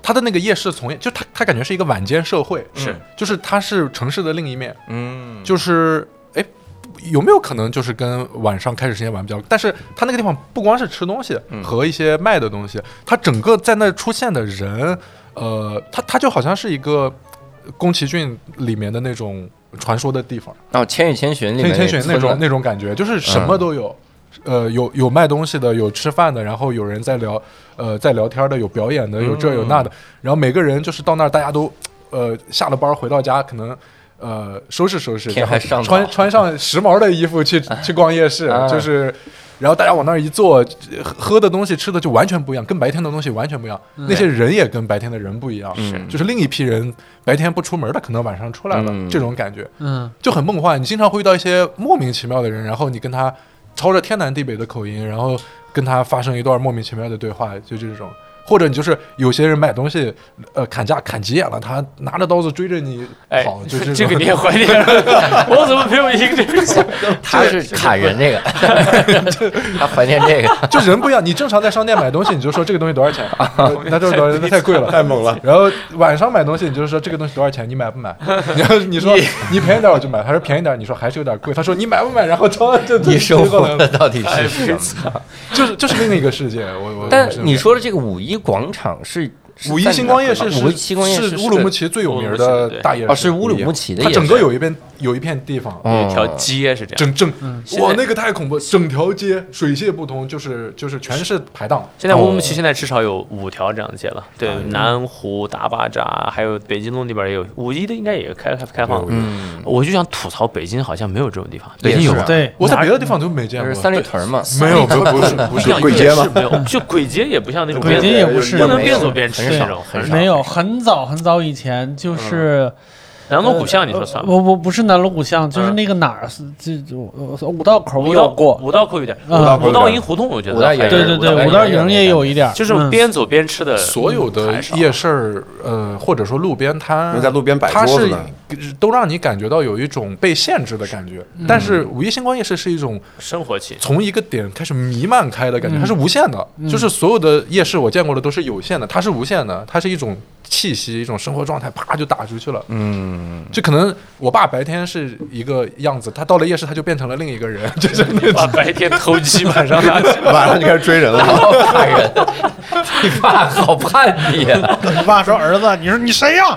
他的那个夜市从业，就他他感觉是一个晚间社会， 是， 就是他是城市的另一面， 嗯， 就是哎，有没有可能就是跟晚上开始时间晚比较？但是他那个地方不光是吃东西和一些卖的东西，他整个在那出现的人，呃，他他就好像是一个宫崎骏里面的那种传说的地方， 哦，《千与千寻》里面， 千与千寻那种那种感觉，就是什么都有。嗯呃，有有卖东西的，有吃饭的，然后有人在聊，呃，在聊天的，有表演的，有这有那的，然后每个人就是到那儿，大家都，呃，下了班回到家，可能，呃，收拾收拾， 天还上穿穿上时髦的衣服去去逛夜市， 啊、 就是，然后大家往那儿一坐，喝的东西吃的就完全不一样，跟白天的东西完全不一样，嗯、那些人也跟白天的人不一样， 嗯、 就是另一批人，白天不出门的，可能晚上出来了， 嗯、 这种感觉， 嗯， 就很梦幻。你经常会遇到一些莫名其妙的人，然后你跟他。操着天南地北的口音，然后跟他发生一段莫名其妙的对话，就这种。或者你就是有些人买东西，呃，砍价砍急眼了，他拿着刀子追着你跑， 哎、 就是这个你也怀念了，我怎么没有一个这个？ 他是砍人这个，他怀念这个， 就人不一样。你正常在商店买东西，你就说这个东西多少钱，那这多少钱？那太贵了， 太猛了。 然后晚上买东西，你就说这个东西多少钱？你买不买？然后你说你便宜点我就买，他说便宜点，你说还是有点贵，他说你买不买？然后超就你生活的到底是什么？ 就是就是另一个世界。我我但你说的这个五一广场是五一星光夜市是星光夜市是乌鲁木齐最有名的大夜市， 哦，是乌鲁木齐的夜市，它整个有一片有一片地方， 一条街是这样， 整整哇，那个太恐怖，整条街水泄不通，就是就是全是排档。 现在乌鲁木齐现在至少有五条这样的街了，对，南湖、大巴扎，还有北京路那边也有，五一的应该也开开开放。嗯，我就想吐槽北京好像没有这种地方，北京有啊， 对， 我在别的地方都没见过， 三里屯嘛， 没有，不不是不是簋街吗？ 没有，就簋街也不像那种， 簋街也不是， 不能边走边吃那种，很少。 没有，很早很早以前就是南锣鼓巷，你说算吗？ 不不不是南锣鼓巷，就是那个哪儿是这五道口有过， 五道口有点， 五道营胡同我觉得， 对对对，五道营也有一点， 就是边走边吃的。 所有的夜市，呃，或者说路边摊， 在路边摆桌子的， 都让你感觉到有一种被限制的感觉。但是五一星光夜市是一种生活气， 从一个点开始弥漫开的感觉，它是无限的。就是所有的夜市我见过的都是有限的，它是无限的，它是一种气息，一种生活状态，啪就打出去了。嗯，就可能我爸白天是一个样子，他到了夜市他就变成了另一个人，就是那种白天偷鸡，晚上晚上就开始追人了， 然后看人。你爸好叛逆啊！ 你爸说儿子，你说你谁呀？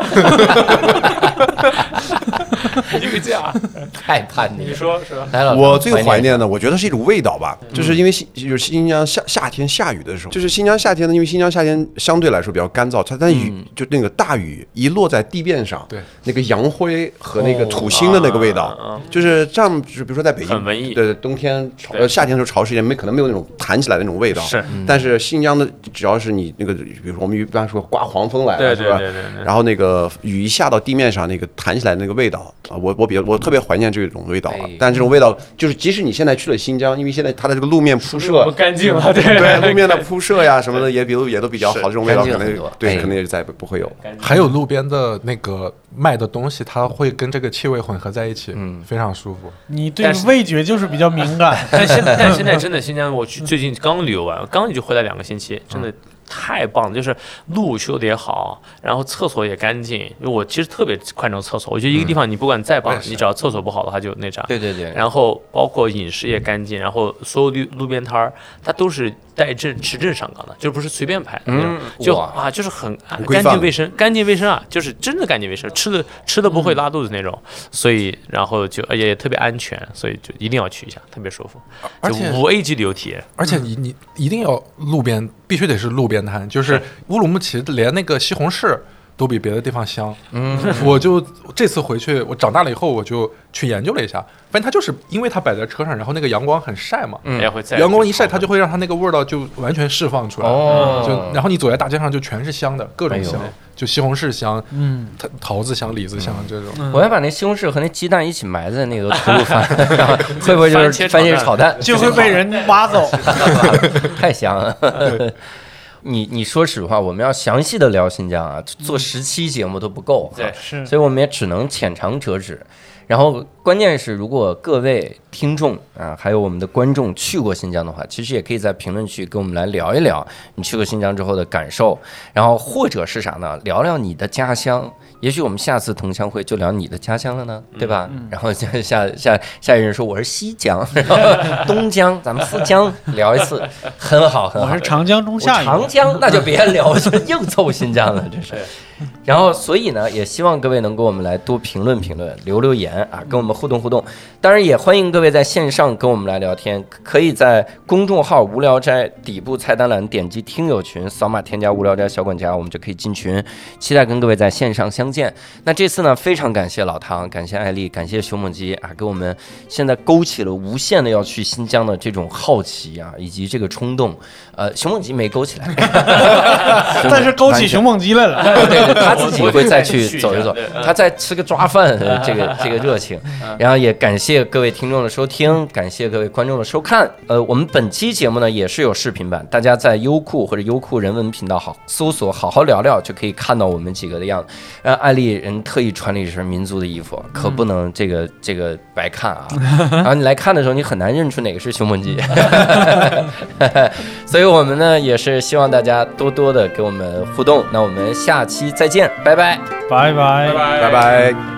一个架， 太叛逆。 你说是吧？ 我最怀念的，我觉得是一种味道吧，就是因为新就是新疆夏夏天下雨的时候，就是新疆夏天呢，因为新疆夏天相对来说比较干燥，它但雨就那个大雨一落在地面上， 对， 那个洋灰和那个土腥的那个味道，就是这样，就是比如说在北京， 很文艺， 对，冬天呃夏天的时候潮湿一点，没可能没有那种弹起来的那种味道， 是， 但是新疆的只要是你那个，比如说我们一般说刮黄风来了， 是吧？ 然后那个雨一下到地面上，那个弹起来的那个味道啊，我我比较我特别怀念这种味道了。但这种味道就是，即使你现在去了新疆，因为现在它的这个路面铺设不干净了，对对，路面的铺设呀什么的也比如也都比较好，这种味道可能对可能也再不会有。 还有路边的那个卖的东西，它会跟这个气味混合在一起，嗯，非常舒服。 你对味觉就是比较敏感， 但现在但现在真的新疆，我去最近刚旅游完，刚就回来两个星期，真的。太棒了，就是路修的也好，然后厕所也干净。因为我其实特别看重厕所，我觉得一个地方你不管再棒，嗯、你只要厕所不好的话就那啥。 对对对。 然后包括饮食也干净，然后所有路路边摊儿，它都是带证持证上岗的，就不是随便拍的那种，嗯、就啊就是很干净卫生，干净卫生啊，就是真的干净卫生，吃的吃的不会拉肚子那种。嗯、所以然后就也特别安全，所以就一定要去一下，特别舒服。 而且五 A 级旅游体验， 而且你你一定要路边，必须得是路边。就是乌鲁木齐连那个西红柿都比别的地方香。嗯，我就这次回去，我长大了以后，我就去研究了一下，发现它就是因为它摆在车上，然后那个阳光很晒嘛， 嗯， 阳光一晒，它就会让它那个味道就完全释放出来。哦，就然后你走在大街上就全是香的，各种香，哎、就西红柿香，嗯，桃子香、李子香这种。 嗯、我要把那西红柿和那鸡蛋一起埋在那个吐鲁番，会不会就是番茄炒蛋？ 就会被人挖走， 太香了。你你说实话，我们要详细的聊新疆啊，做十期节目都不够， 对， 是， 所以我们也只能浅尝辄止。 然后关键是，如果各位听众啊，还有我们的观众去过新疆的话，其实也可以在评论区跟我们来聊一聊你去过新疆之后的感受，然后或者是啥呢？聊聊你的家乡。也许我们下次同乡会就聊你的家乡了呢，对吧？嗯、然后下下下下一人说我是西疆，然后东疆，咱们四疆聊一次，很好很好。 我是长江中下游， 长江那就别聊，就硬凑新疆了，这是。然后，所以呢，也希望各位能给我们来多评论评论，留留言啊，跟我们互动互动。当然，也欢迎各位在线上跟我们来聊天，可以在公众号“无聊斋”底部菜单栏点击听友群，扫码添加“无聊斋小管家”，我们就可以进群。期待跟各位在线上相见。那这次呢，非常感谢老唐，感谢艾丽，感谢熊猛鸡啊，给我们现在勾起了无限的要去新疆的这种好奇啊，以及这个冲动。呃，熊猛鸡没勾起来， 但是勾起熊猛鸡来了。 对，他自己会再去走一走，他再吃个抓饭，这个这个热情。然后也感谢各位听众的收听，感谢各位观众的收看。呃，我们本期节目呢也是有视频版，大家在优酷或者优酷人文频道好搜索“好好聊聊”就可以看到我们几个的样子。然后艾丽人特意穿了一身民族的衣服，可不能这个这个白看啊。然后你来看的时候，你很难认出哪个是熊猛鸡。所以我们呢也是希望大家多多的给我们互动。那我们下期再见，拜拜， 拜拜， 拜拜。